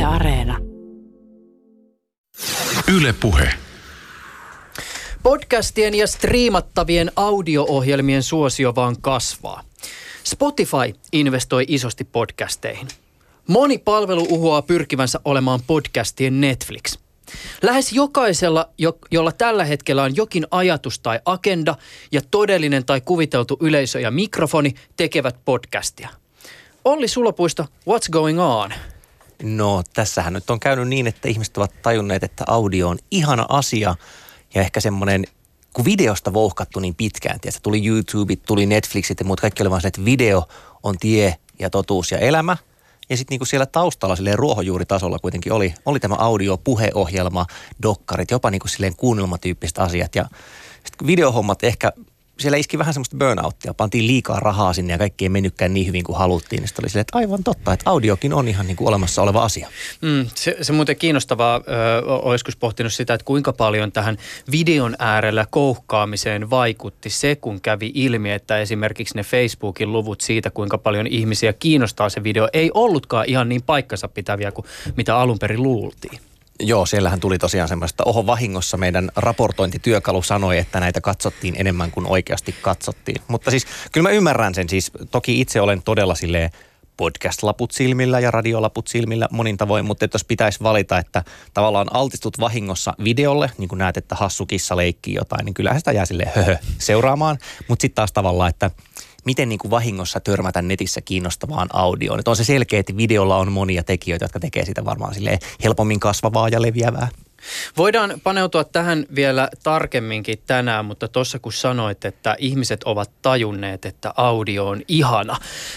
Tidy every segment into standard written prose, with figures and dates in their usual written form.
Yle Areena. Yle Puhe. Podcastien ja striimattavien audio-ohjelmien suosio vaan kasvaa. Spotify investoi isosti podcasteihin. Moni palvelu uhoaa pyrkivänsä olemaan podcastien Netflix. Lähes jokaisella, jolla tällä hetkellä on jokin ajatus tai agenda ja todellinen tai kuviteltu yleisö ja mikrofoni, tekevät podcastia. Olli Sulopuisto, what's going on? No, tässähän nyt on käynyt niin, että ihmiset ovat tajunneet, että audio on ihana asia ja ehkä semmoinen, kun videosta vouhkattu niin pitkään, tiedätkö, tuli YouTubeit, tuli Netflixit ja muut, kaikki oli vaan se, että video on tie ja totuus ja elämä. Ja sitten niinku siellä taustalla silleen ruohonjuuritasolla kuitenkin oli tämä audio, puheohjelma, dokkarit, jopa niinku silleen kuunnelmatyyppiset asiat. Ja sitten videohommat ehkä, siellä iski vähän semmoista burnouttia, pantiin liikaa rahaa sinne ja kaikki ei mennytkään niin hyvin kuin haluttiin. Niin sitten oli silleen, että aivan totta, että audiokin on ihan niinku olemassa oleva asia. Se muuten kiinnostavaa, olisiko pohtinut sitä, että kuinka paljon tähän videon äärellä kouhkaamiseen vaikutti se, kun kävi ilmi, että esimerkiksi ne Facebookin luvut siitä, kuinka paljon ihmisiä kiinnostaa se video, ei ollutkaan ihan niin paikkansa pitäviä kuin mitä alun perin luultiin. Joo, siellähän tuli tosiaan semmoista, vahingossa meidän raportointityökalu sanoi, että näitä katsottiin enemmän kuin oikeasti katsottiin. Mutta siis kyllä mä ymmärrän sen, siis toki itse olen todella silleen podcast-laput silmillä ja radiolaput silmillä monin tavoin, mutta jos pitäisi valita, että tavallaan altistut vahingossa videolle, niin kuin näet, että hassu kissa leikkii jotain, niin kyllähän sitä jää silleen seuraamaan, mutta sitten taas tavallaan, että miten niin kuin vahingossa törmätä netissä kiinnostavaan audioon. Että on se selkeä, että videolla on monia tekijöitä, jotka tekee sitä varmaan silleen helpommin kasvavaa ja leviävää. Voidaan paneutua tähän vielä tarkemminkin tänään, mutta tuossa kun sanoit, että ihmiset ovat tajunneet, että audio on ihana.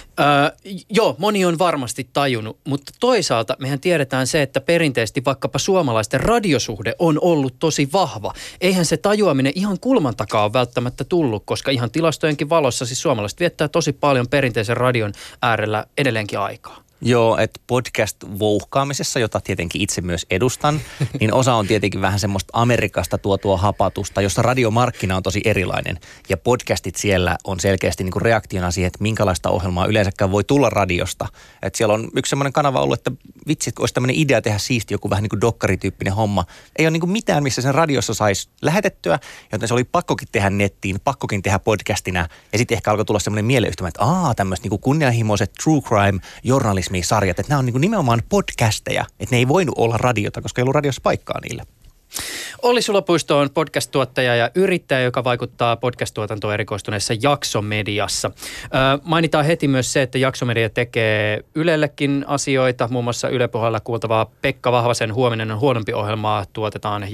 Joo, moni on varmasti tajunnut, mutta toisaalta mehän tiedetään se, että perinteisesti vaikkapa suomalaisten radiosuhde on ollut tosi vahva. Eihän se tajuaminen ihan kulman takaa ole välttämättä tullut, koska ihan tilastojenkin valossa siis suomalaiset viettää tosi paljon perinteisen radion äärellä edelleenkin aikaa. Joo, että podcast-vouhkaamisessa, jota tietenkin itse myös edustan, niin osa on tietenkin vähän semmoista Amerikasta tuotua hapatusta, jossa radiomarkkina on tosi erilainen. Ja podcastit siellä on selkeästi niin kuin reaktiona siihen, että minkälaista ohjelmaa yleensäkään voi tulla radiosta. Että siellä on yksi semmoinen kanava ollut, että vitsi, että olisi tämmöinen idea tehdä siisti joku vähän niin kuin dokkarityyppinen homma. Ei ole niin kuin mitään, missä sen radiossa saisi lähetettyä, joten se oli pakkokin tehdä nettiin, pakkokin tehdä podcastina. Ja sitten ehkä alkoi tulla semmoinen mieleyhtymä, että tämmöiset niin kuin kunnianhimoiset true crime journalismisarjat, että nämä on niin kuin nimenomaan podcasteja, että ne ei voinut olla radiota, koska ei ollut radiossa paikkaa niille. Olli Sulopuisto on podcast-tuottaja ja yrittäjä, joka vaikuttaa podcast-tuotantoon erikoistuneessa Jakso-mediassa. Mainitaan heti myös se, että Jakso-media tekee Ylellekin asioita, muun muassa Yle Puheella kuultavaa Pekka Vahvasen Huominen on huonompi -ohjelmaa tuotetaan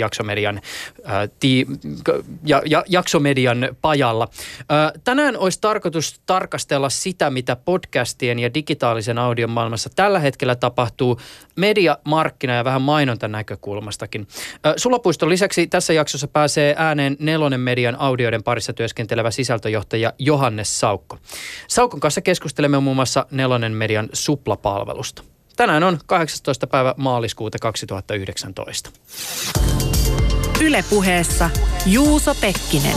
Jakso-median pajalla. Tänään olisi tarkoitus tarkastella sitä, mitä podcastien ja digitaalisen audion maailmassa tällä hetkellä tapahtuu media-, markkina- ja vähän mainontan näkökulmastakin. Sulopuiston lisäksi tässä jaksossa pääsee ääneen Nelonen Median audioiden parissa työskentelevä sisältöjohtaja Johannes Saukko. Saukon kanssa keskustelemme muun muassa Nelonen Median suplapalvelusta. Tänään on 18. päivä maaliskuuta 2019. Yle Puheessa Juuso Pekkinen.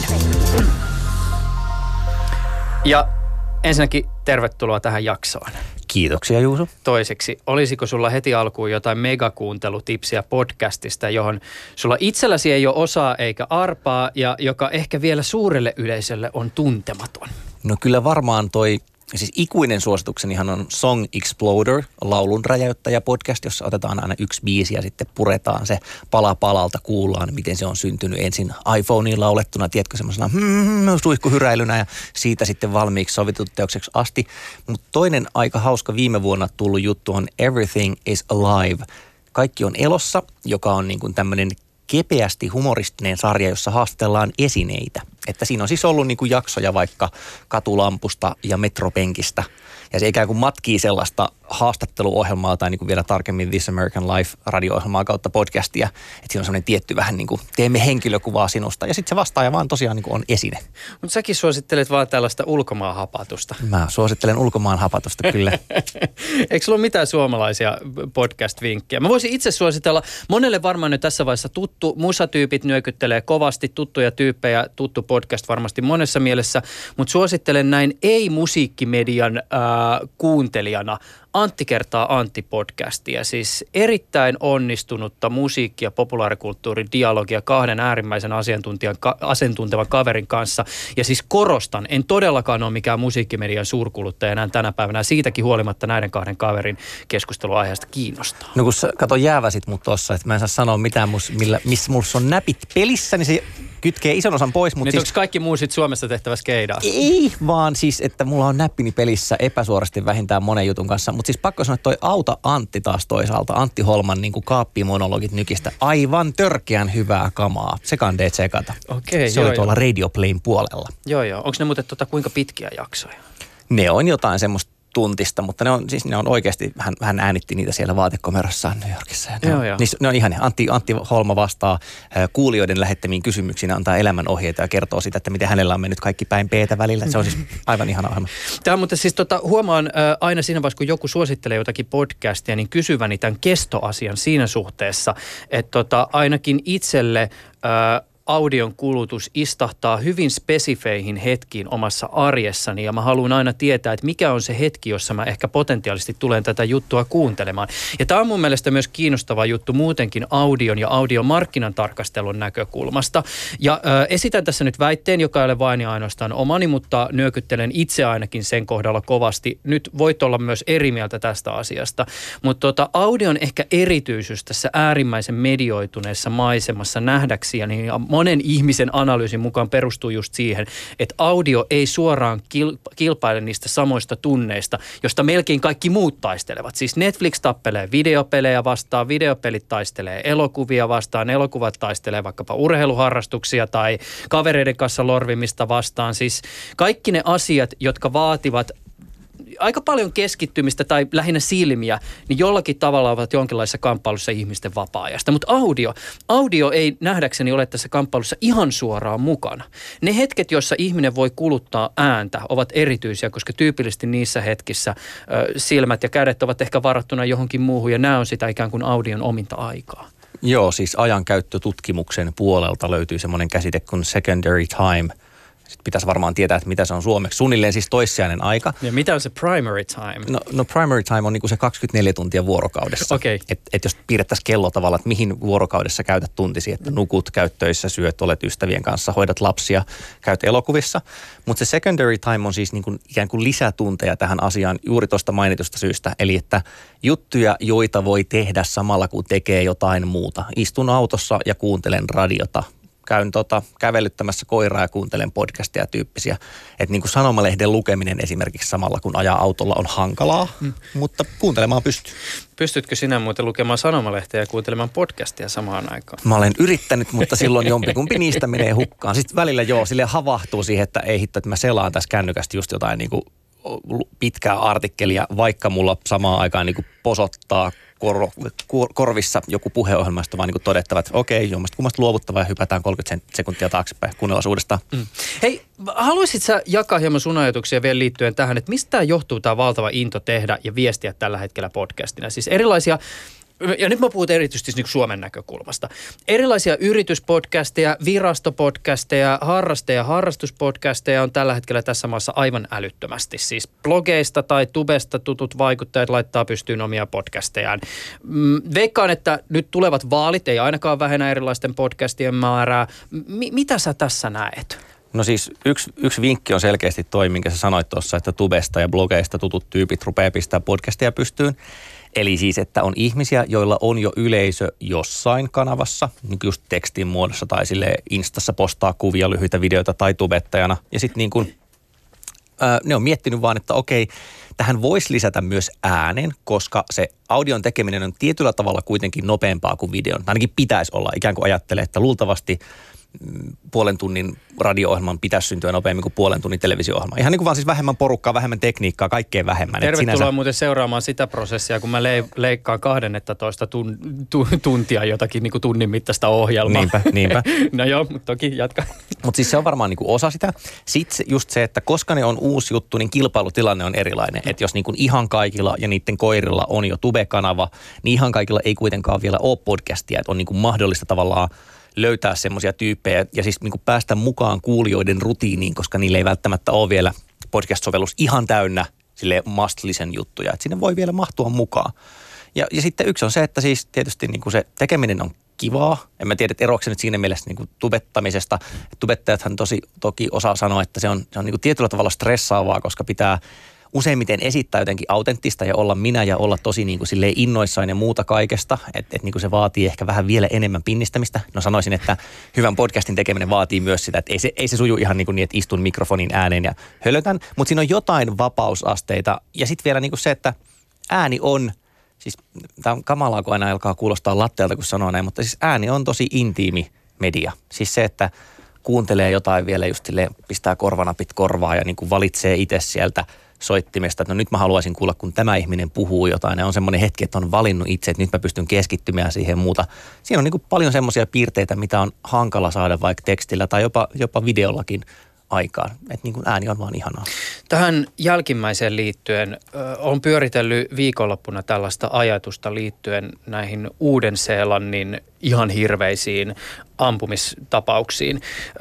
Ja ensinnäkin tervetuloa tähän jaksoon. Kiitoksia, Juuso. Toiseksi, olisiko sulla heti alkuun jotain megakuuntelutipsiä podcastista, johon sulla itselläsi ei ole osaa eikä arpaa ja joka ehkä vielä suurelle yleisölle on tuntematon? No kyllä varmaan siis ikuinen suosituksenihan on Song Exploder, laulun räjäyttäjä podcast, jossa otetaan aina yksi biisi ja sitten puretaan se pala palalta, kuullaan, miten se on syntynyt ensin iPhoneen laulettuna, tiedätkö, semmoisena suihkuhyräilynä ja siitä sitten valmiiksi sovitut teokseksi asti. Mutta toinen aika hauska viime vuonna tullut juttu on Everything is Alive. Kaikki on elossa, joka on niin kuin tämmöinen kepeästi humoristinen sarja, jossa haastatellaan esineitä. Että siinä on siis ollut niin kuin jaksoja vaikka katulampusta ja metropenkistä. Ja se ikään kuin matkii sellaista haastatteluohjelmaa tai niin kuin vielä tarkemmin This American Life radio-ohjelmaa kautta podcastia. Että siinä on semmoinen tietty vähän niin kuin teemme henkilökuvaa sinusta ja sitten se vastaaja vaan tosiaan niin kuin on esine. Mutta säkin suosittelet vaan tällaista ulkomaanhapatusta. Mä suosittelen ulkomaanhapatusta kyllä. Eikö sulla ole mitään suomalaisia podcast-vinkkejä? Mä voisin itse suositella, monelle varmaan nyt tässä vaiheessa tuttu, musatyypit nyökyttelee kovasti, tuttuja tyyppejä, tuttu podcast varmasti monessa mielessä, mutta suosittelen näin ei-musiikkimedian kuuntelijana Antti kertaa Antti-podcastia, siis erittäin onnistunutta musiikki- ja populaarikulttuuridialogia kahden äärimmäisen asiantuntevan kaverin kanssa. Ja siis korostan, en todellakaan ole mikään musiikkimedian suurkuluttaja enää tänä päivänä. Siitäkin huolimatta näiden kahden kaverin keskusteluaiheesta kiinnostaa. No kun sä kato jääväsit mut tossa, että mä en saa sanoa mitään, missä mulla on näpit pelissä, niin se kytkee ison osan pois. Mutta siis, onko kaikki muu sit Suomessa tehtävä skeidaa? Ei, vaan siis, että mulla on näppini pelissä epäsuorasti vähintään monen jutun kanssa. Mutta siis pakko sanoa, että toi Auta Antti taas toisaalta, Antti Holman niin kuin kaappimonologit nykistä, aivan törkeän hyvää kamaa. Se kandee tsekata. Okei, se oli tuolla Radio Playn puolella. Joo. Onko ne muuten kuinka pitkiä jaksoja? Ne on jotain semmoista tuntista, mutta ne on oikeasti, hän äänitti niitä siellä vaatekomerossaan New Yorkissa. Ne on ihania. Antti Holma vastaa kuulijoiden lähettämiin kysymyksiin, antaa elämänohjeita ja kertoo sitä, että miten hänellä on mennyt kaikki päin P-tä välillä. Se on siis aivan ihana ohjelma. Tämä mutta siis huomaan aina siinä vaiheessa, kun joku suosittelee jotakin podcastia, niin kysyväni tämän kestoasian siinä suhteessa, että ainakin itselle audion kulutus istahtaa hyvin spesifeihin hetkiin omassa arjessani ja mä haluan aina tietää, että mikä on se hetki, jossa mä ehkä potentiaalisesti tulen tätä juttua kuuntelemaan. Ja tämä on mun mielestä myös kiinnostava juttu muutenkin audion ja audion markkinan tarkastelun näkökulmasta. Ja esitän tässä nyt väitteen, joka ei ole vain ja ainoastaan omani, mutta nyökyttelen itse ainakin sen kohdalla kovasti. Nyt voit olla myös eri mieltä tästä asiasta, mutta audion ehkä erityisyys tässä äärimmäisen medioituneessa maisemassa nähdäkseni ja monen ihmisen analyysin mukaan perustuu just siihen, että audio ei suoraan kilpaile niistä samoista tunneista, josta melkein kaikki muut taistelevat. Siis Netflix tappelee videopelejä vastaan, videopelit taistelee elokuvia vastaan, elokuvat taistelee vaikkapa urheiluharrastuksia tai kavereiden kanssa lorvimista vastaan. Siis kaikki ne asiat, jotka vaativat aika paljon keskittymistä tai lähinnä silmiä, niin jollakin tavalla ovat jonkinlaisessa kamppailussa ihmisten vapaa-ajasta. Mutta audio ei nähdäkseni ole tässä kamppailussa ihan suoraan mukana. Ne hetket, joissa ihminen voi kuluttaa ääntä, ovat erityisiä, koska tyypillisesti niissä hetkissä silmät ja kädet ovat ehkä varattuna johonkin muuhun, ja nämä on sitä ikään kuin audion ominta aikaa. Joo, siis ajankäyttötutkimuksen puolelta löytyy semmoinen käsite kuin secondary time. Sitten pitäisi varmaan tietää, että mitä se on suomeksi. Suunnilleen siis toissijainen aika. Ja mitä on se primary time? No primary time on niinku se 24 tuntia vuorokaudessa. Okei. Et jos piirrettäisiin kello tavalla, että mihin vuorokaudessa käytät tuntisi, että nukut, käyt töissä, syöt, olet ystävien kanssa, hoidat lapsia, käyt elokuvissa. Mutta se secondary time on siis niinku ikään kuin lisätunteja tähän asiaan juuri tuosta mainitusta syystä. Eli että juttuja, joita voi tehdä samalla kun tekee jotain muuta. Istun autossa ja kuuntelen radiota. Käyn kävelyttämässä koiraa ja kuuntelen podcastia tyyppisiä. Että niin kuin sanomalehden lukeminen esimerkiksi samalla kun ajaa autolla on hankalaa, mutta kuuntelemaan pystyy. Pystytkö sinä muuten lukemaan sanomalehteä ja kuuntelemaan podcastia samaan aikaan? Mä olen yrittänyt, mutta silloin jompikumpi niistä menee hukkaan. Sitten välillä silleen havahtuu siihen, että ei hitto, että mä selaan tässä kännykästä just jotain niin kuin pitkää artikkelia, vaikka mulla samaan aikaan niin kuin posottaa korvissa joku puheohjelmasta, vaan niin kuin todettava, että okei, jommasta kummasta luovuttava ja hypätään 30 sekuntia taaksepäin, kuunnellaan uudestaan. Hei, haluaisit sä jakaa hieman sun ajatuksia vielä liittyen tähän, että mistä johtuu tämä valtava into tehdä ja viestiä tällä hetkellä podcastina? Siis erilaisia, ja nyt mä puhun erityisesti niin Suomen näkökulmasta. Erilaisia yrityspodcasteja, virastopodcasteja, harrastuspodcasteja on tällä hetkellä tässä maassa aivan älyttömästi. Siis blogeista tai tubesta tutut vaikuttajat laittaa pystyyn omia podcastejaan. Veikkaan, että nyt tulevat vaalit ei ainakaan vähennä erilaisten podcastien määrää. Mitä sä tässä näet? No siis yksi vinkki on selkeästi toi, minkä sä sanoit tuossa, että tubesta ja blogeista tutut tyypit rupeaa pistää podcastia pystyyn. Eli siis, että on ihmisiä, joilla on jo yleisö jossain kanavassa, niin just tekstin muodossa tai sille Instassa postaa kuvia, lyhyitä videoita tai tubettajana. Ja sitten niin kuin, ne on miettinyt vaan, että okei, tähän voisi lisätä myös äänen, koska se audion tekeminen on tietyllä tavalla kuitenkin nopeampaa kuin videon. Ainakin pitäisi olla, ikään kuin ajattelee, että luultavasti puolen tunnin radio-ohjelman pitäisi syntyä nopeammin kuin puolen tunnin televisio-ohjelma. Ihan niin kuin vaan siis vähemmän porukkaa, vähemmän tekniikkaa, kaikkeen vähemmän. Tervetuloa muuten seuraamaan sitä prosessia, kun mä leikkaan 12 tuntia jotakin niin kuin tunnin mittaista ohjelmaa. Niinpä. No joo, mutta toki jatka. Mutta siis se on varmaan niin kuin osa sitä. Sitten just se, että koska ne on uusi juttu, niin kilpailutilanne on erilainen. Että jos niin kuin ihan kaikilla ja niiden koirilla on jo Tube-kanava, niin ihan kaikilla ei kuitenkaan vielä ole podcastia. Että on niin kuin mahdollista tavallaan löytää semmoisia tyyppejä ja siis niin kuin päästä mukaan kuulijoiden rutiiniin, koska niillä ei välttämättä ole vielä podcast-sovellus ihan täynnä silleen must-listen juttuja, että sinne voi vielä mahtua mukaan. Ja sitten yksi on se, että siis tietysti niin kuin se tekeminen on kivaa. En mä tiedä, että eroako se nyt siinä mielessä niin kuin tubettamisesta. Tubettajathan toki osaa sanoa, että se on niin kuin tietyllä tavalla stressaavaa, koska pitää useimmiten esittää jotenkin autenttista ja olla minä ja olla tosi niin kuin silleen innoissaan ja muuta kaikesta. Että niin kuin se vaatii ehkä vähän vielä enemmän pinnistämistä. No sanoisin, että hyvän podcastin tekeminen vaatii myös sitä, että ei se suju ihan niin, että istun mikrofonin ääneen ja hölötän. Mutta siinä on jotain vapausasteita. Ja sitten vielä niin kuin se, että ääni on, siis tämä on kamalaa, kun aina alkaa kuulostaa latteelta, kun sanoo näin, mutta siis ääni on tosi intiimi media. Siis se, että kuuntelee jotain vielä just silleen, pistää korvanapit korvaa ja niin kuin valitsee itse sieltä soittimesta, että no nyt mä haluaisin kuulla, kun tämä ihminen puhuu jotain. Ja on semmoinen hetki, että on valinnut itse, että nyt mä pystyn keskittymään siihen muuta. Siinä on niin kuin paljon semmoisia piirteitä, mitä on hankala saada vaikka tekstillä tai jopa videollakin aikaan. Että niin kuin ääni on vaan ihanaa. Tähän jälkimmäiseen liittyen olen pyöritellyt viikonloppuna tällaista ajatusta liittyen näihin Uuden-Seelannin ihan hirveisiin ampumistapauksiin.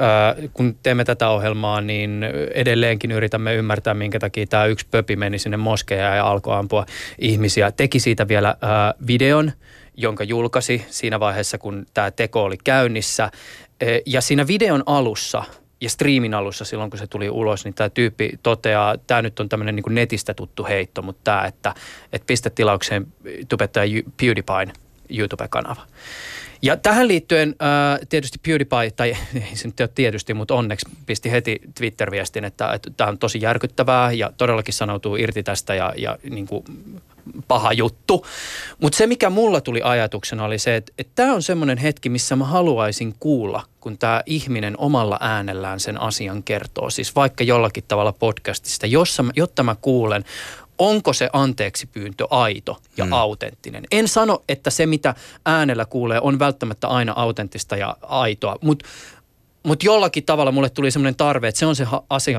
Kun teemme tätä ohjelmaa, niin edelleenkin yritämme ymmärtää, minkä takia tämä yksi pöpi meni sinne moskeijaan ja alkoi ampua ihmisiä. Teki siitä vielä videon, jonka julkaisi siinä vaiheessa, kun tämä teko oli käynnissä. Ja siinä videon alussa ja striimin alussa silloin, kun se tuli ulos, niin tämä tyyppi toteaa, tämä nyt on tämmöinen niin kuin netistä tuttu heitto, mutta tämä, että pistä tilaukseen tubettaja PewDiePien YouTube-kanava. Ja tähän liittyen tietysti PewDiePie, tai ei se nyt ole tietysti, mutta onneksi pisti heti Twitter-viestin, että tämä on tosi järkyttävää ja todellakin sanoutuu irti tästä ja niin kuin paha juttu. Mutta se, mikä mulla tuli ajatuksena, oli se, että tämä on semmoinen hetki, missä mä haluaisin kuulla, kun tämä ihminen omalla äänellään sen asian kertoo. Siis vaikka jollakin tavalla podcastista, jotta mä kuulen, onko se anteeksi pyyntö aito ja autenttinen. En sano, että se, mitä äänellä kuulee, on välttämättä aina autenttista ja aitoa, mutta jollakin tavalla mulle tuli semmoinen tarve, että se on se asia,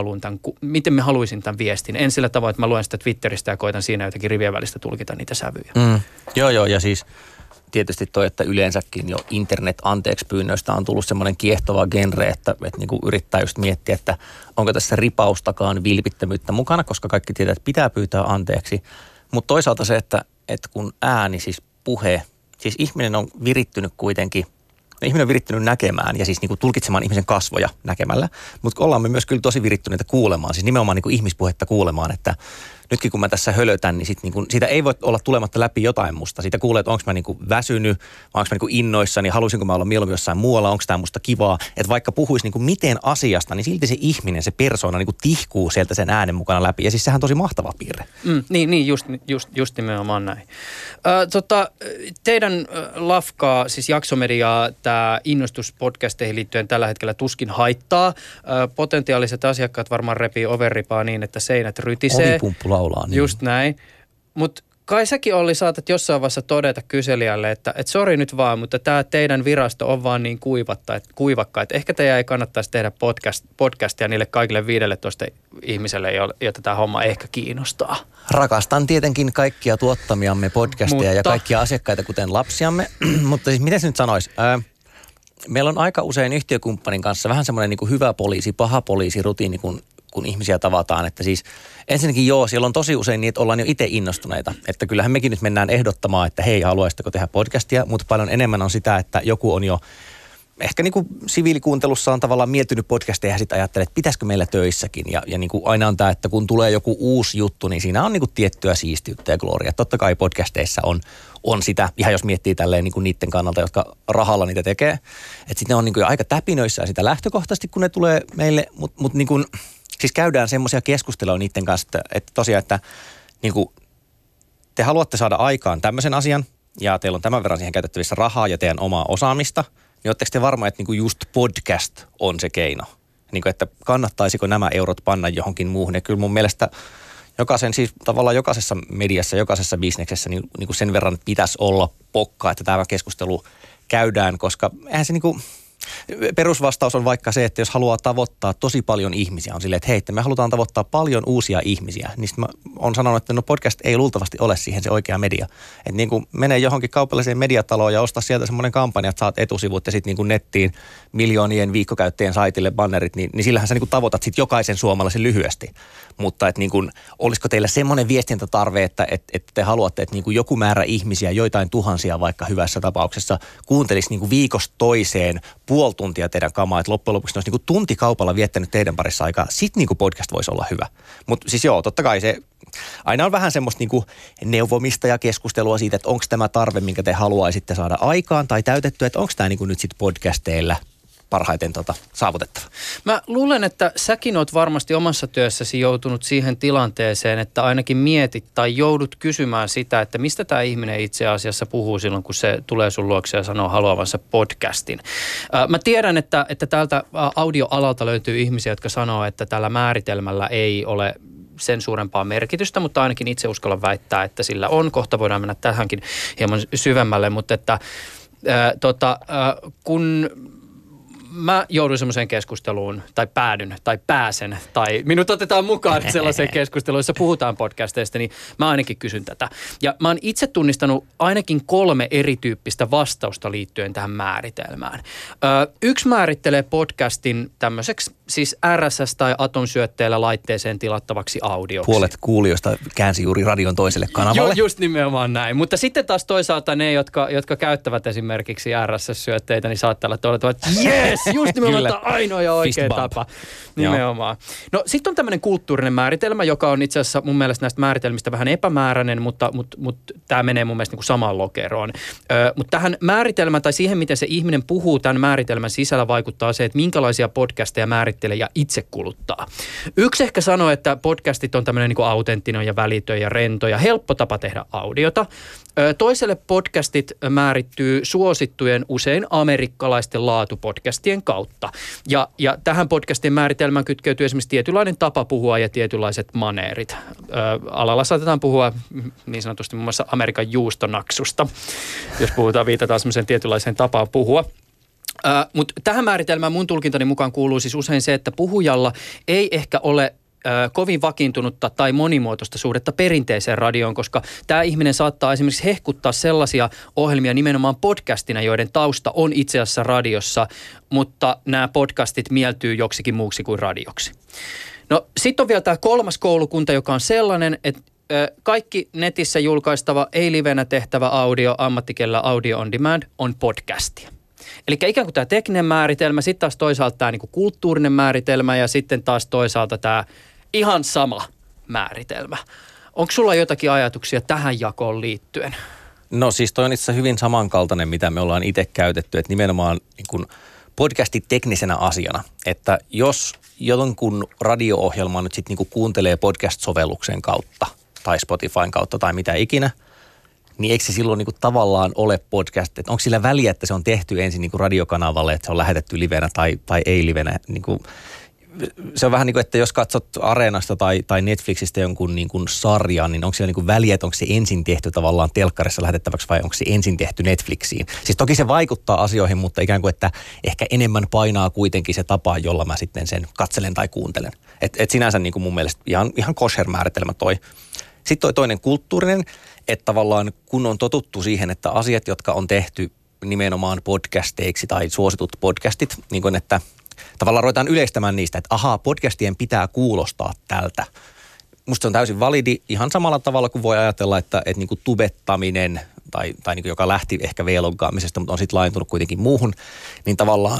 miten mä haluaisin tämän viestin. En sillä tavalla, että mä luen sitä Twitteristä ja koitan siinä jotenkin rivien välistä tulkita niitä sävyjä. Joo, ja siis tietysti toi, että yleensäkin jo internet-anteeksi-pyynnöistä on tullut semmoinen kiehtova genre, että niin kuin yrittää just miettiä, että onko tässä ripaustakaan vilpittömyyttä mukana, koska kaikki tietää, että pitää pyytää anteeksi. Mutta toisaalta se, että kun ääni, siis puhe, siis ihminen on virittynyt kuitenkin, ihminen on virittynyt näkemään ja siis niin kuin tulkitsemaan ihmisen kasvoja näkemällä, mutta ollaan me myös kyllä tosi virittyneitä kuulemaan, siis nimenomaan niin kuin ihmispuhetta kuulemaan, että nytkin kun mä tässä hölötän, niin, niin kuin, siitä ei voi olla tulematta läpi jotain musta. Siitä kuulee, että onko mä niin kuin väsynyt, vai onko mä niin kuin innoissani, haluaisinko mä olla mieluummin jossain muualla, onko tämä musta kivaa. Että vaikka puhuisi niin kuin miten asiasta, niin silti se ihminen, se persoona niin kuin tihkuu sieltä sen äänen mukana läpi. Ja siis sehän on tosi mahtava piirre. Niin just nimenomaan näin. Teidän lafkaa, siis Jaksomediaa, tämä innostus podcasteihin liittyen tällä hetkellä tuskin haittaa. Potentiaaliset asiakkaat varmaan repii overripaa niin, että seinät rytisee. Ovipumppu laulaa. Niin. Just näin. Mutta kai säkin, Olli, saatat jossain vaiheessa todeta kyselijälle, että sori nyt vaan, mutta tämä teidän virasto on vaan niin kuivakka, että ehkä teidän ei kannattaisi tehdä podcastia niille kaikille 15 ihmiselle, joita tämä homma ehkä kiinnostaa. Rakastan tietenkin kaikkia tuottamiamme podcasteja ja kaikkia asiakkaita, kuten lapsiamme, mutta siis miten se nyt sanoisi? Meillä on aika usein yhtiökumppanin kanssa vähän semmoinen niin kuin hyvä poliisi, paha poliisi rutiini, kun ihmisiä tavataan. Että siis ensinnäkin siellä on tosi usein niin, että ollaan jo itse innostuneita. Että kyllähän mekin nyt mennään ehdottamaan, että hei, haluaisitteko tehdä podcastia, mutta paljon enemmän on sitä, että joku on jo ehkä niin kuin siviilikuuntelussa on tavallaan miettinyt podcasteja ja sitten ajattelee, että pitäisikö meillä töissäkin. Ja niin kuin aina on tämä, että kun tulee joku uusi juttu, niin siinä on niin kuin tiettyä siistiyttä ja gloria. Totta kai podcasteissa on sitä, ihan jos miettii tälleen niin kuin niiden kannalta, jotka rahalla niitä tekee. Että sitten ne on niin kuin aika täpinöissä sitä lähtökohtaisesti, kun ne tulee meille, mutta niin kuin siis käydään semmoisia keskusteluja niiden kanssa, että tosiaan, että niin kuin te haluatte saada aikaan tämmöisen asian ja teillä on tämän verran siihen käytettävissä rahaa ja teidän omaa osaamista, niin ootteko te varma, että niin kuin just podcast on se keino? Niin kuin, että kannattaisiko nämä eurot panna johonkin muuhun? Ja kyllä mun mielestä jokaisessa mediassa, jokaisessa bisneksessä niin kuin sen verran pitäisi olla pokkaa, että tämä keskustelu käydään, koska eihän se niin kuin Perusvastaus on vaikka se, että jos haluaa tavoittaa tosi paljon ihmisiä, on silleen, että hei, me halutaan tavoittaa paljon uusia ihmisiä, niin mä oon sanonut, että no podcast ei luultavasti ole siihen se oikea media. Että niin kuin menee johonkin kaupalliseen mediataloon ja ostaa sieltä semmoinen kampanja, että saat etusivut ja sitten niin kuin nettiin miljoonien viikkokäyttäjien saitille bannerit, niin sillähän sä niin kuin tavoitat sitten jokaisen suomalaisen lyhyesti. Mutta että niin kuin, olisiko teillä semmoinen viestintätarve, että te haluatte, että niin kuin joku määrä ihmisiä, joitain tuhansia vaikka hyvässä tapauksessa, kuuntelisi niin kuin viikosta toiseen puoli tuntia teidän kamaa, että loppujen lopuksi ne olisi niin kuin tuntikaupalla viettänyt teidän parissa aikaa, sitten niin kuin podcast voisi olla hyvä. Mutta siis joo, totta kai se aina on vähän semmoista niin kuin neuvomista ja keskustelua siitä, että onko tämä tarve, minkä te haluaisitte saada aikaan tai täytettyä, että onko tämä niin kuin nyt sitten podcasteilla parhaiten saavutettava. Mä luulen, että säkin oot varmasti omassa työssäsi joutunut siihen tilanteeseen, että ainakin mietit tai joudut kysymään sitä, että mistä tämä ihminen itse asiassa puhuu silloin, kun se tulee sun luokse ja sanoo haluavansa podcastin. Mä tiedän, että tältä audioalalta löytyy ihmisiä, jotka sanoo, että tällä määritelmällä ei ole sen suurempaa merkitystä, mutta ainakin itse uskallan väittää, että sillä on. Kohta voidaan mennä tähänkin hieman syvemmälle, mutta että kun mä joudun semmoiseen keskusteluun, tai pääsen, tai minut otetaan mukaan sellaiseen keskusteluun, jossa puhutaan podcasteista, niin mä ainakin kysyn tätä. Ja mä oon itse tunnistanut ainakin 3 erityyppistä vastausta liittyen tähän määritelmään. Yksi määrittelee podcastin tämmöiseksi siis RSS- tai Atom-syötteellä laitteeseen tilattavaksi audioksi. Puolet kuulijoista käänsi juuri radion toiselle kanavalle. Just nimenomaan näin. Mutta sitten taas toisaalta ne, jotka käyttävät esimerkiksi RSS-syötteitä, niin saattaa olla, että yes, just nimenomaan ainoa ja oikea tapa. Nimenomaan. No sitten on tämmöinen kulttuurinen määritelmä, joka on itse asiassa mun mielestä näistä määritelmistä vähän epämääräinen, mutta tämä menee mun mielestä niin kuin samaan lokeroon. Mutta tähän määritelmään tai siihen, miten se ihminen puhuu tämän määritelmän sisällä, vaikuttaa se, että minkälaisia podcasteja määrittelee ja itse kuluttaa. Yksi ehkä sanoo, että podcastit on tämmöinen niin kuin autenttinen ja välitön ja rento ja helppo tapa tehdä audiota. Toiselle podcastit määrittyy suosittujen usein amerikkalaisten laatupodcastien kautta. Ja tähän podcastien määritelmään kytkeytyy esimerkiksi tietynlainen tapa puhua ja tietynlaiset maneerit. Alalla saatetaan puhua niin sanotusti muun muassa Amerikan juustonaksusta, jos viitataan semmoiseen tietynlaiseen tapaan puhua. Mutta tähän määritelmään mun tulkintani mukaan kuuluu siis usein se, että puhujalla ei ehkä ole kovin vakiintunutta tai monimuotoista suhdetta perinteiseen radioon, koska tämä ihminen saattaa esimerkiksi hehkuttaa sellaisia ohjelmia nimenomaan podcastina, joiden tausta on itse asiassa radiossa, mutta nämä podcastit mieltyy joksikin muuksi kuin radioksi. No sitten on vielä tämä 3. koulukunta, joka on sellainen, että kaikki netissä julkaistava, ei livenä tehtävä audio, ammattikielellä audio on demand, on podcastia. Eli ikään kuin tämä tekninen määritelmä, sitten taas toisaalta tämä niinku kulttuurinen määritelmä ja sitten taas toisaalta tämä ihan sama määritelmä. Onko sulla jotakin ajatuksia tähän jakoon liittyen? No siis toi on itse asiassa hyvin samankaltainen, mitä me ollaan itse käytetty, että nimenomaan niin kuin podcasti teknisenä asiana, että jos jonkun radio-ohjelma nyt sitten niin kuin kuuntelee podcast-sovelluksen kautta tai Spotifyn kautta tai mitä ikinä, niin eikö se silloin niin kuin tavallaan ole podcast, että onko sillä väliä, että se on tehty ensin niin kuin radiokanavalle, että se on lähetetty livenä tai ei livenä. Niin kuin, se on vähän niin kuin, että jos katsot Areenasta tai Netflixistä jonkun niin kuin sarjan, niin onko sillä niin kuin väliä, että onko se ensin tehty tavallaan telkkarissa lähetettäväksi vai onko se ensin tehty Netflixiin. Siis toki se vaikuttaa asioihin, mutta ikään kuin, että ehkä enemmän painaa kuitenkin se tapa, jolla mä sitten sen katselen tai kuuntelen. Et sinänsä niin kuin mun mielestä ihan kosher-määritelmä toi. Sitten toi toinen kulttuurinen, että tavallaan kun on totuttu siihen, että asiat, jotka on tehty nimenomaan podcasteiksi tai suositut podcastit, niin kuin että tavallaan ruvetaan yleistämään niistä, että ahaa, podcastien pitää kuulostaa tältä. Musta se on täysin validi ihan samalla tavalla kuin voi ajatella, että niin kuin tubettaminen tai niin kuin joka lähti ehkä vloggaamisesta, mutta on sitten laajentunut kuitenkin muuhun, niin tavallaan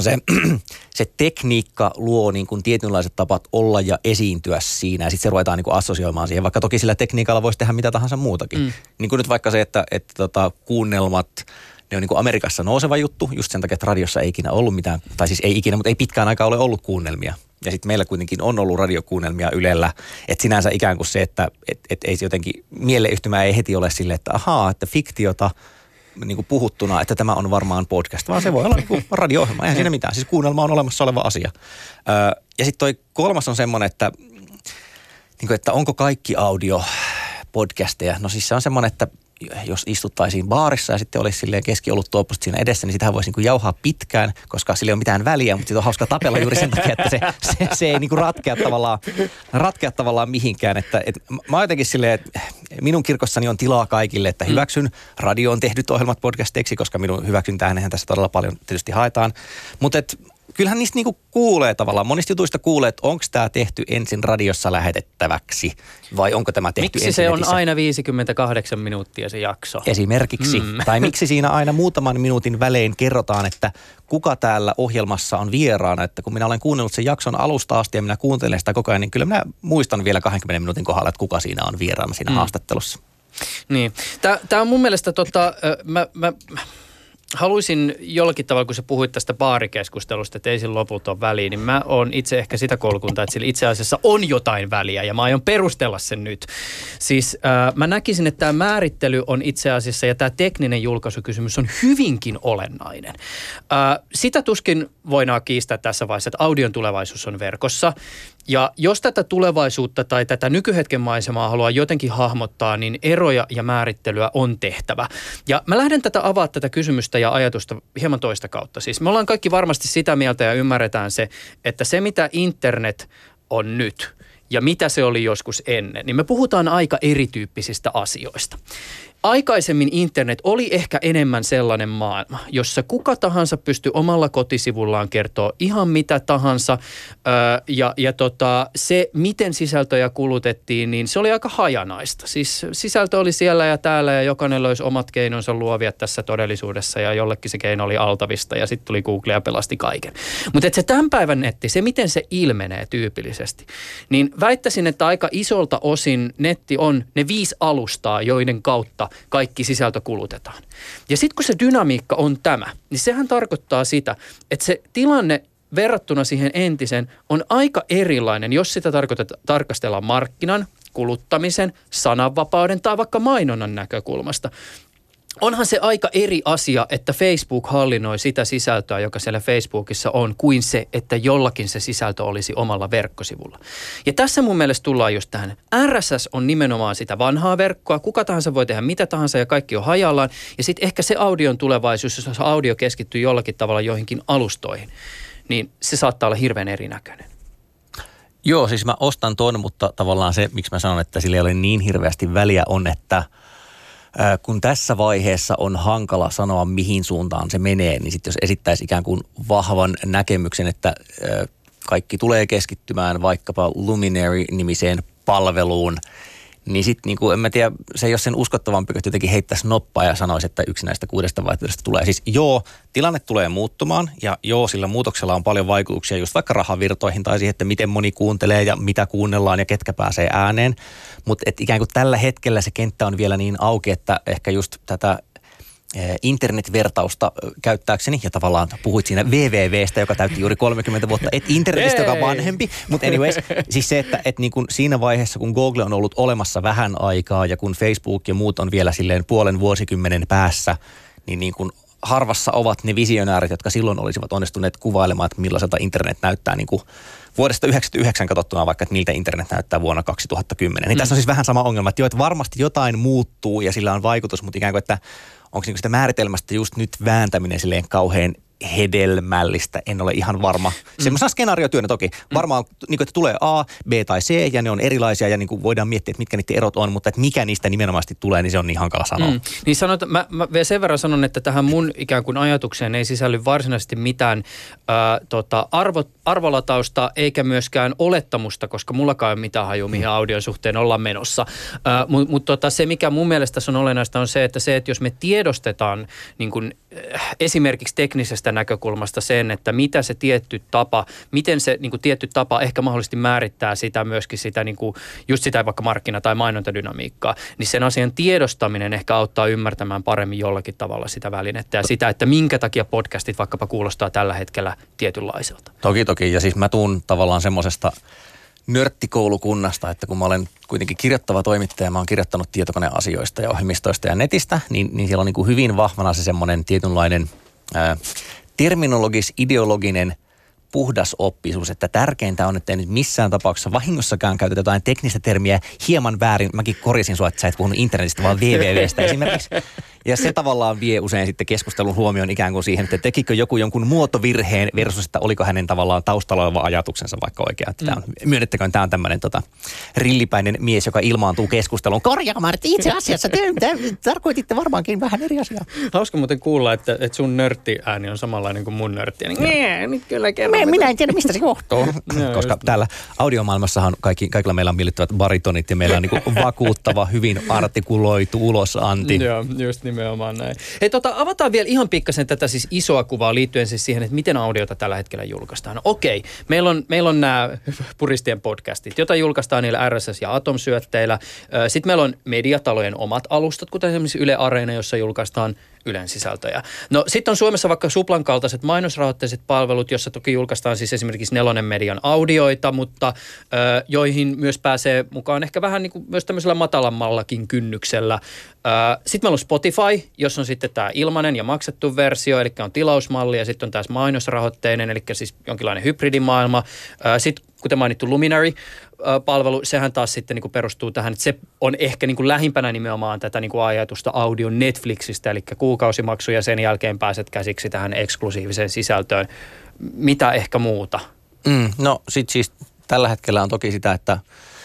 se tekniikka luo niin kuin tietynlaiset tapat olla ja esiintyä siinä ja sitten se ruvetaan niin kuin assosioimaan siihen, vaikka toki sillä tekniikalla voisi tehdä mitä tahansa muutakin. Niin kuin nyt vaikka se, että kuunnelmat, ne on niin kuin Amerikassa nouseva juttu, just sen takia, että radiossa ei ikinä ollut mitään, tai siis ei ikinä, mutta ei pitkään aikaa ole ollut kuunnelmia. Ja sitten meillä kuitenkin on ollut radiokuunnelmia Ylellä, että sinänsä ikään kuin se, että ei se jotenkin mieleyhtymä ei heti ole silleen, että ahaa, että fiktiota niin kuin puhuttuna, että tämä on varmaan podcast, vaan se voi olla niin kuin radio-ohjelma, eihän siinä mitään. Siis kuunnelma on olemassa oleva asia. Ja sitten toi 3. on semmoinen, että, niin kuin, että onko kaikki audio podcasteja? No siis se on semmoinen, että jos istuttaisiin baarissa ja sitten olisi silleen keskioluttuoppuset siinä edessä, niin sitähän voisi niin jauhaa pitkään, koska sillä ei ole mitään väliä, mutta siitä on hauska tapella juuri sen takia, että se ei niin ratkea tavallaan mihinkään. Että mä oon jotenkin silleen, että minun kirkossani on tilaa kaikille, että hyväksyn radioon tehdyt ohjelmat podcasteiksi, koska minun hyväksyntäähän tässä todella paljon tietysti haetaan. Mutta kyllähän niistä niinku kuulee tavallaan. Monista jutuista kuulee, että onko tämä tehty ensin radiossa lähetettäväksi vai onko tämä tehty miksi ensin se on netissä? aina 58 minuuttia se jakso? Esimerkiksi. Tai miksi siinä aina muutaman minuutin välein kerrotaan, että kuka täällä ohjelmassa on vieraana. Että kun minä olen kuunnellut sen jakson alusta asti ja minä kuuntelen sitä koko ajan, niin kyllä minä muistan vielä 20 minuutin kohdalla, että kuka siinä on vieraana siinä haastattelussa. Niin. Tämä on mun mielestä mä haluaisin jollakin tavalla, kun sä puhuit tästä baarikeskustelusta, että ei sillä lopulta ole väliä, niin mä oon itse ehkä sitä koulukuntaa, että sillä itse asiassa on jotain väliä ja mä aion perustella sen nyt. Siis mä näkisin, että tämä määrittely on itse asiassa ja tämä tekninen julkaisukysymys on hyvinkin olennainen. Sitä tuskin voidaan kiistää tässä vaiheessa, että audion tulevaisuus on verkossa. Ja jos tätä tulevaisuutta tai tätä nykyhetken maisemaa haluaa jotenkin hahmottaa, niin eroja ja määrittelyä on tehtävä. Ja mä lähden avaamaan tätä kysymystä ja ajatusta hieman toista kautta. Siis me ollaan kaikki varmasti sitä mieltä ja ymmärretään se, että se mitä internet on nyt ja mitä se oli joskus ennen, niin me puhutaan aika erityyppisistä asioista. Aikaisemmin internet oli ehkä enemmän sellainen maailma, jossa kuka tahansa pystyi omalla kotisivullaan kertoa ihan mitä tahansa se, miten sisältöjä kulutettiin, niin se oli aika hajanaista. Siis sisältö oli siellä ja täällä ja jokainen löysi omat keinonsa luovia tässä todellisuudessa ja jollekin se keino oli altavista ja sitten tuli Google ja pelasti kaiken. Mutta se tämän päivän netti, se miten se ilmenee tyypillisesti, niin väittäisin, että aika isolta osin netti on ne 5 alustaa, joiden kautta kaikki sisältö kulutetaan. Ja sitten kun se dynamiikka on tämä, niin sehän tarkoittaa sitä, että se tilanne verrattuna siihen entisen on aika erilainen, jos sitä tarkastellaan markkinan, kuluttamisen, sananvapauden tai vaikka mainonnan näkökulmasta. Onhan se aika eri asia, että Facebook hallinnoi sitä sisältöä, joka siellä Facebookissa on, kuin se, että jollakin se sisältö olisi omalla verkkosivulla. Ja tässä mun mielestä tullaan just tähän. RSS on nimenomaan sitä vanhaa verkkoa. Kuka tahansa voi tehdä mitä tahansa ja kaikki on hajallaan. Ja sitten ehkä se audion tulevaisuus, jos audio keskittyy jollakin tavalla joihinkin alustoihin, niin se saattaa olla hirveän erinäköinen. Joo, siis mä ostan ton, mutta tavallaan se, miksi mä sanon, että sillä ei ole niin hirveästi väliä, on, että kun tässä vaiheessa on hankala sanoa, mihin suuntaan se menee, niin sitten jos esittäisi ikään kuin vahvan näkemyksen, että kaikki tulee keskittymään vaikkapa Luminary-nimiseen palveluun, niin sitten niin kuin, en mä tiedä, se ei ole sen uskottavampi, että jotenkin heittäisi noppaa ja sanoisi, että yksi näistä 6 vaihtoehdosta tulee. Siis joo, tilanne tulee muuttumaan ja joo, sillä muutoksella on paljon vaikutuksia just vaikka rahavirtoihin tai siihen, että miten moni kuuntelee ja mitä kuunnellaan ja ketkä pääsee ääneen. Mutta ikään kuin tällä hetkellä se kenttä on vielä niin auki, että ehkä just tätä internetvertausta käyttääkseni, ja tavallaan puhuit siinä wwwstä, joka täytti juuri 30 vuotta, et internetistä, joka on vanhempi, mutta anyways, siis se, että niin kuin siinä vaiheessa, kun Google on ollut olemassa vähän aikaa, ja kun Facebook ja muut on vielä silleen puolen vuosikymmenen päässä, niin kuin harvassa ovat ne visionäärit, jotka silloin olisivat onnistuneet kuvailemaan, että millaiselta internet näyttää niin kuin vuodesta 1999 katsottuna vaikka, että miltä internet näyttää vuonna 2010. Niin tässä on siis vähän sama ongelma, että jo, että varmasti jotain muuttuu ja sillä on vaikutus, mutta ikään kuin, että onko niin sitä määritelmästä just nyt vääntäminen silleen kauhean hedelmällistä, en ole ihan varma. Semmoisena skenaariotyönä toki. Varmaan, niin kuin, että tulee A, B tai C ja ne on erilaisia ja niin kuin voidaan miettiä, että mitkä niiden erot on, mutta että mikä niistä nimenomaisesti tulee, niin se on niin hankala sanoa. Niin mä vielä sen verran sanon, että tähän mun ikään kuin ajatukseen ei sisälly varsinaisesti mitään arvolatausta eikä myöskään olettamusta, koska mullakaan ei ole mitään hajua, mihin audion suhteen ollaan menossa. Mutta se, mikä mun mielestä on olennaista, on se, että jos me tiedostetaan niin kuin esimerkiksi teknisestä näkökulmasta sen, että mitä se tietty tapa, miten se niin kuin tietty tapa ehkä mahdollisesti määrittää sitä myöskin sitä niin kuin just sitä vaikka markkina- tai mainontadynamiikkaa, niin sen asian tiedostaminen ehkä auttaa ymmärtämään paremmin jollakin tavalla sitä välinettä ja sitä, että minkä takia podcastit vaikkapa kuulostaa tällä hetkellä tietynlaiselta. Toki, ja siis mä tuun tavallaan semmoisesta nörttikoulukunnasta, että kun mä olen kuitenkin kirjoittava toimittaja, mä oon kirjoittanut tietokoneasioista ja ohjelmistoista ja netistä, niin siellä on niin kuin hyvin vahvana se semmoinen tietynlainen terminologis-ideologinen puhdasoppisuus, että tärkeintä on, että ei nyt missään tapauksessa vahingossakaan käytetä jotain teknistä termiä hieman väärin. Mäkin korjasin sua, että sä et puhunut internetistä, vaan wwwstä esimerkiksi. Ja se tavallaan vie usein sitten keskustelun huomioon ikään kuin siihen, että tekikö joku jonkun muotovirheen versus, että oliko hänen tavallaan taustalla oleva ajatuksensa vaikka oikea. Myönnettäköön, tämä on tämmöinen rillipäinen mies, joka ilmaantuu keskusteluun korjaamaan, että itse asiassa te tarkoititte varmaankin vähän eri asiaa. Hauska muuten kuulla, että sun nörttiääni on samanlainen kuin mun nörtti. Niin kyllä kerran. Minä en tiedä, mistä se johtuu. Koska täällä audiomaailmassahan kaikilla meillä on miellyttävät baritonit ja meillä on niin vakuuttava, hyvin artikuloitu ulosanti. Joo, just nimenomaan näin. Hei, avataan vielä ihan pikkasen tätä siis isoa kuvaa liittyen siis siihen, että miten audiota tällä hetkellä julkaistaan. No, okei, meillä on nämä puristien podcastit, joita julkaistaan niillä RSS- ja Atom-syötteillä. Sitten meillä on mediatalojen omat alustat, kuten esimerkiksi Yle Areena, jossa julkaistaan Ylen sisältöjä. No sitten on Suomessa vaikka Suplan kaltaiset mainosrahoitteiset palvelut, jossa toki julkaistaan siis esimerkiksi Nelonen Median audioita, mutta joihin myös pääsee mukaan ehkä vähän niin kuin myös tämmöisellä matalammallakin kynnyksellä. Sitten meillä on Spotify, jossa on sitten tämä ilmainen ja maksettu versio, eli on tilausmalli ja sitten on taas mainosrahoitteinen, eli siis jonkinlainen hybridimaailma. Sitten kuten mainittu Luminary-palvelu, sehän taas sitten niin kuin perustuu tähän, että se on ehkä niin kuin lähimpänä nimenomaan tätä niin kuin ajatusta audion Netflixistä, eli kuukausimaksu ja sen jälkeen pääset käsiksi tähän eksklusiiviseen sisältöön. Mitä ehkä muuta? No sitten siis tällä hetkellä on toki sitä, että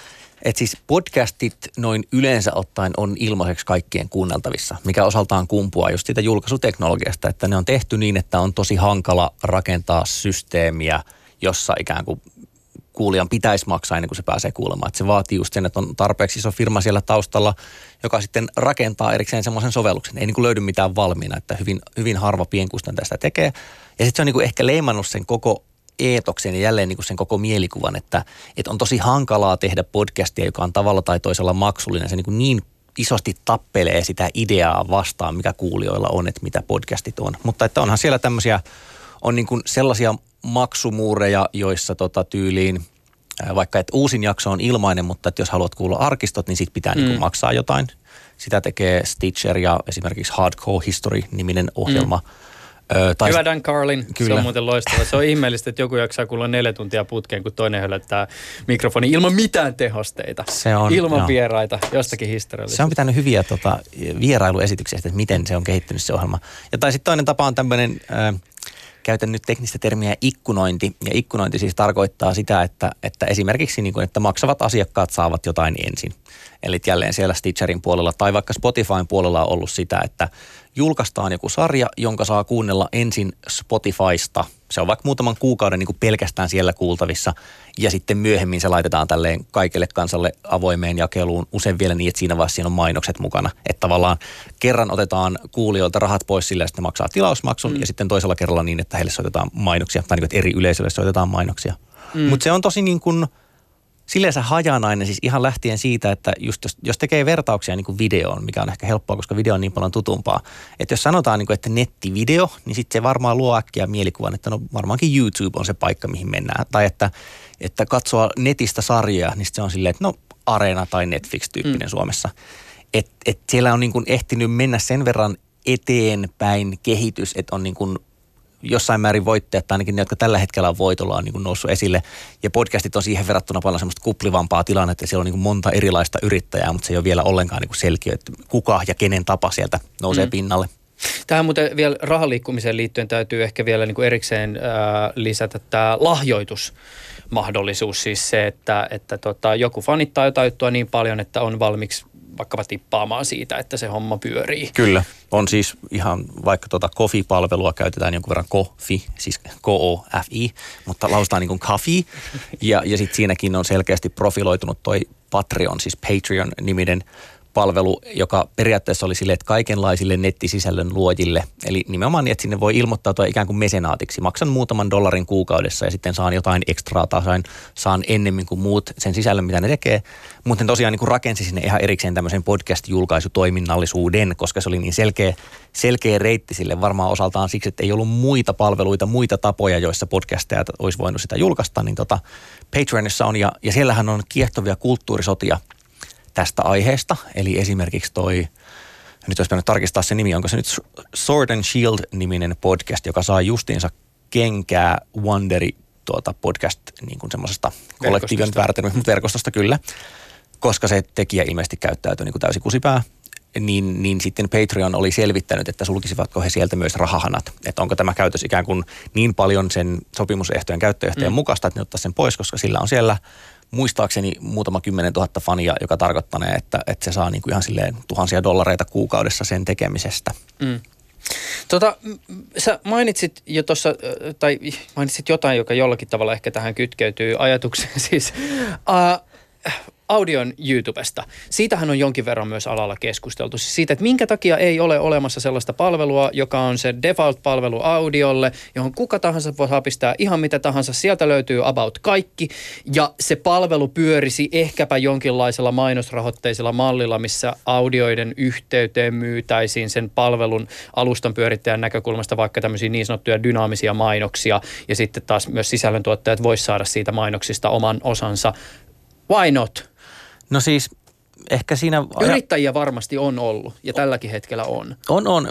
siis podcastit noin yleensä ottaen on ilmaiseksi kaikkien kuunneltavissa, mikä osaltaan kumpuaa just siitä julkaisuteknologiasta, että ne on tehty niin, että on tosi hankala rakentaa systeemiä, jossa ikään kuin kuulijan pitäisi maksaa ennen kuin se pääsee kuulemaan. Että se vaatii just sen, että on tarpeeksi iso firma siellä taustalla, joka sitten rakentaa erikseen semmoisen sovelluksen. Ei niin kuin löydy mitään valmiina, että hyvin harva pienkustantaja sitä tekee. Ja sitten se on niin kuin ehkä leimannut sen koko eetoksen ja jälleen niin kuin sen koko mielikuvan, että on tosi hankalaa tehdä podcastia, joka on tavalla tai toisella maksullinen. Se niin isosti tappelee sitä ideaa vastaan, mikä kuulijoilla on, että mitä podcastit on. Mutta että onhan siellä tämmöisiä, on niin kuin sellaisia maksumuureja, joissa tyyliin, vaikka että uusin jakso on ilmainen, mutta että jos haluat kuulla arkistot, niin sit pitää niin kuin maksaa jotain. Sitä tekee Stitcher ja esimerkiksi Hardcore History-niminen ohjelma. Hyvä Dan Carlin, kyllä. Se on muuten loistava. Se on ihmeellistä, että joku jaksaa kuulla 4 tuntia putkeen, kun toinen höllöttää mikrofoni ilman mitään tehosteita. Se on, ilman vieraita, jostakin historiallisesti. Se on pitänyt hyviä vierailuesityksiä, että miten se on kehittynyt se ohjelma. Ja tai sitten toinen tapa on tämmöinen, käytän nyt teknistä termiä ikkunointi. Ja ikkunointi siis tarkoittaa sitä, että esimerkiksi niin kuin, että maksavat asiakkaat saavat jotain ensin. Eli jälleen siellä Stitcherin puolella tai vaikka Spotifyn puolella on ollut sitä, että julkaistaan joku sarja, jonka saa kuunnella ensin Spotifysta. Se on vaikka muutaman kuukauden niin kuin pelkästään siellä kuultavissa ja sitten myöhemmin se laitetaan tälleen kaikille kansalle avoimeen jakeluun. Usein vielä niin, että siinä vaiheessa siinä on mainokset mukana. Että tavallaan kerran otetaan kuulijoilta rahat pois sillä, että ne maksaa tilausmaksun ja sitten toisella kerralla niin, että heille soitetaan mainoksia tai niin, että eri yleisölle soitetaan mainoksia. Mutta se on tosi niin kuin silleensä hajanainen, siis ihan lähtien siitä, että just jos tekee vertauksia niin kuin videoon, mikä on ehkä helppoa, koska video on niin paljon tutumpaa. Että jos sanotaan, niin kuin, että nettivideo, niin sitten se varmaan luo äkkiä mielikuvan, että no varmaankin YouTube on se paikka, mihin mennään. Tai että katsoa netistä sarjaa, niin se on silleen, että no Areena tai Netflix-tyyppinen Suomessa. Että siellä on niin kuin ehtinyt mennä sen verran eteenpäin kehitys, että on niin kuin jossain määrin voittajat, tai ainakin ne, jotka tällä hetkellä on voitolla, on niin kuin noussut esille. Ja podcastit on siihen verrattuna paljon semmoista kuplivampaa tilannetta, että siellä on niin kuin monta erilaista yrittäjää, mutta se ei ole vielä ollenkaan niin kuin selkeä, että kuka ja kenen tapa sieltä nousee pinnalle. Tähän muuten vielä rahaliikkumiseen liittyen täytyy ehkä vielä niin kuin erikseen lisätä tämä lahjoitusmahdollisuus. Siis se, että joku fanittaa jotain juttua niin paljon, että on valmiiksi vaikkapa tippaamaan siitä, että se homma pyörii. Kyllä. On siis ihan vaikka Kofi-palvelua käytetään jonkun verran Kofi, siis K-O-F-I, mutta lausutaan niin kuin Kofi. Ja sitten siinäkin on selkeästi profiloitunut toi Patreon, siis Patreon-niminen palvelu, joka periaatteessa oli silleen, että kaikenlaisille nettisisällön luojille, eli nimenomaan niin, että sinne voi ilmoittautua ikään kuin mesenaatiksi. Maksan muutaman dollarin kuukaudessa ja sitten saan jotain ekstraa tai saan ennemmin kuin muut sen sisällön, mitä ne tekee. Mutta tosiaan niin kuin rakensi sinne ihan erikseen tämmöisen podcast-julkaisutoiminnallisuuden, koska se oli niin selkeä reitti sille varmaan osaltaan siksi, että ei ollut muita palveluita, muita tapoja, joissa podcastajat olisi voinut sitä julkaista, niin Patreonissa on ja siellähän on kiehtovia kulttuurisotia tästä aiheesta, eli esimerkiksi nyt olisi pitänyt tarkistaa se nimi, onko se nyt Sword and Shield-niminen podcast, joka saa justiinsa kenkää Wonderi podcast niin kuin semmoisesta kollektiivien verkostosta kyllä, koska se tekijä ilmeisesti käyttäytyi niin kuin täysin kusipää. Niin sitten Patreon oli selvittänyt, että sulkisivatko he sieltä myös rahahanat. Että onko tämä käytös ikään kuin niin paljon sen sopimusehtojen käyttöehtojen mukaista, että ne ottaa sen pois, koska sillä on siellä muistaakseni muutama 10 000 fania, joka tarkoittaa, että se saa niin kuin ihan silleen tuhansia dollareita kuukaudessa sen tekemisestä. Sä mainitsit jo tuossa, tai mainitsit jotain, joka jollakin tavalla ehkä tähän kytkeytyy ajatukseen, siis audion YouTubesta. Siitähän on jonkin verran myös alalla keskusteltu. Siis siitä, että minkä takia ei ole olemassa sellaista palvelua, joka on se default-palvelu audiolle, johon kuka tahansa voi pistää ihan mitä tahansa. Sieltä löytyy about kaikki. Ja se palvelu pyörisi ehkäpä jonkinlaisella mainosrahoitteisella mallilla, missä audioiden yhteyteen myytäisiin sen palvelun alustan pyörittäjän näkökulmasta vaikka tämmöisiä niin sanottuja dynaamisia mainoksia. Ja sitten taas myös sisällöntuottajat vois saada siitä mainoksista oman osansa. Why not? No siis ehkä siinä... Yrittäjiä varmasti on ollut ja tälläkin hetkellä on. On.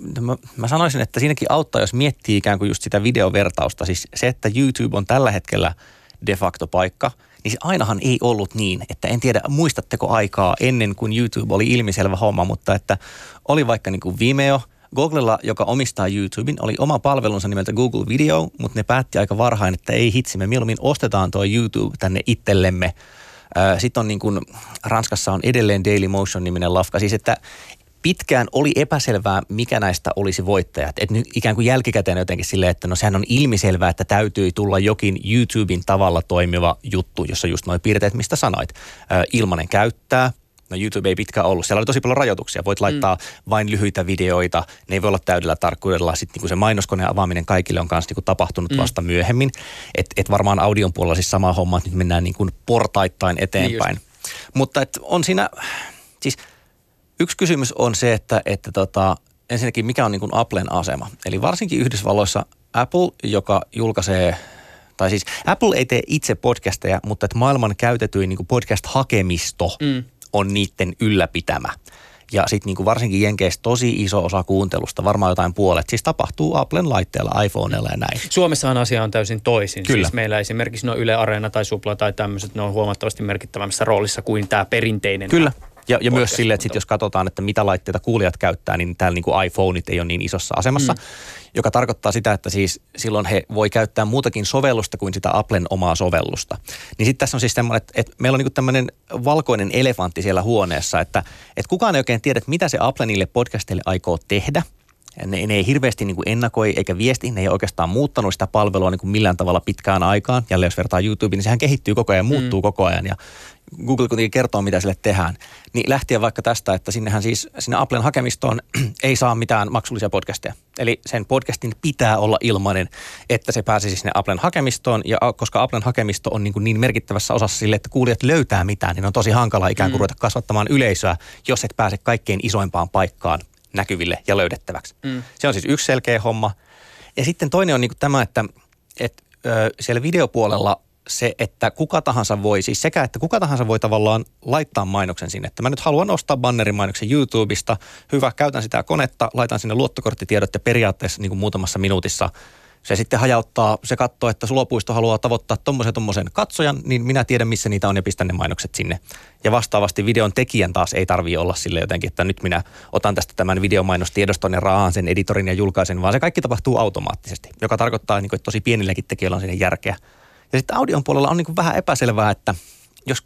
Mä sanoisin, että siinäkin auttaa, jos miettii ikään kuin just sitä videovertausta. Siis se, että YouTube on tällä hetkellä de facto paikka, niin se ainahan ei ollut niin, että en tiedä muistatteko aikaa ennen kuin YouTube oli ilmiselvä homma, mutta että oli vaikka niin kuin Vimeo. Googlella, joka omistaa YouTuben, oli oma palvelunsa nimeltä Google Video, mutta ne päätti aika varhain, että ei hitsi, me mieluummin ostetaan tuo YouTube tänne itsellemme. Sitten on niin kuin, Ranskassa on edelleen Dailymotion-niminen lafka, siis että pitkään oli epäselvää, mikä näistä olisi voittajat. Että nyt ikään kuin jälkikäteen jotenkin silleen, että no sehän on ilmiselvää, että täytyy tulla jokin YouTuben tavalla toimiva juttu, jossa just nuo piirteet, mistä sanoit. Ilmanen käyttää. No YouTube ei pitkään ollut. Siellä oli tosi paljon rajoituksia. Voit laittaa vain lyhyitä videoita. Ne ei voi olla täydellä tarkkuudella. Sitten niin se mainoskoneen avaaminen kaikille on kanssa niin tapahtunut vasta myöhemmin. Et varmaan audion puolella siis sama homma, että nyt mennään niin kuin portaittain eteenpäin. Niin mutta on siinä, siis yksi kysymys on se, että ensinnäkin mikä on niin kuin Applen asema. Eli varsinkin Yhdysvalloissa Apple, joka julkaisee, tai siis Apple ei tee itse podcasteja, mutta että maailman käytetyin niin kuin podcast-hakemisto on niiden ylläpitämä. Ja sitten niinku varsinkin Jenkeissä tosi iso osa kuuntelusta, varmaan jotain puolet, siis tapahtuu Applen laitteella, iPhoneilla ja näin. Suomessahan asia on täysin toisin. Kyllä. Siis meillä esimerkiksi Yle Areena tai Supla tai tämmöiset, ne on huomattavasti merkittävämmässä roolissa kuin tämä perinteinen. Kyllä. Ja myös silleen, että sit jos katsotaan, että mitä laitteita kuulijat käyttää, niin täällä niinku iPhoneit ei ole niin isossa asemassa, joka tarkoittaa sitä, että siis silloin he voi käyttää muutakin sovellusta kuin sitä Applen omaa sovellusta. Niin sitten tässä on siis semmoinen, että meillä on niinku tämmöinen valkoinen elefantti siellä huoneessa, että kukaan ei oikein tiedä, että mitä se Apple niille podcasteille aikoo tehdä. Ne ei hirveästi niin kuin ennakoi eikä viesti, ne ei oikeastaan muuttanut sitä palvelua niin kuin millään tavalla pitkään aikaan. Jälleen jos vertaa YouTubeen, niin sehän kehittyy koko ajan, muuttuu koko ajan ja Google kuitenkin kertoo, mitä sille tehdään. Niin lähtien vaikka tästä, että sinne Applen hakemistoon ei saa mitään maksullisia podcasteja. Eli sen podcastin pitää olla ilmainen, että se pääsisi sinne Applen hakemistoon. Ja koska Applen hakemisto on niin merkittävässä osassa sille, että kuulijat löytää mitään, niin on tosi hankala ikään kuin ruveta kasvattamaan yleisöä, jos et pääse kaikkein isoimpaan paikkaan näkyville ja löydettäväksi. Se on siis yksi selkeä homma. Ja sitten toinen on niin kuin tämä, että siellä videopuolella se, että kuka tahansa voi, siis sekä, että kuka tahansa voi tavallaan laittaa mainoksen sinne, että mä nyt haluan ostaa bannerimainoksen YouTubesta, hyvä, käytän sitä konetta, laitan sinne luottokorttitiedot ja periaatteessa niin kuin muutamassa minuutissa se sitten hajauttaa, se katsoo, että Sulopuisto haluaa tavoittaa tommosen katsojan, niin minä tiedän, missä niitä on ja pistän ne mainokset sinne. Ja vastaavasti videon tekijän taas ei tarvitse olla sille jotenkin, että nyt minä otan tästä tämän videomainostiedoston ja raaan sen editorin ja julkaisen, vaan se kaikki tapahtuu automaattisesti, joka tarkoittaa, että tosi pienilläkin tekijöillä on sinne järkeä. Ja sitten audion puolella on vähän epäselvää, että jos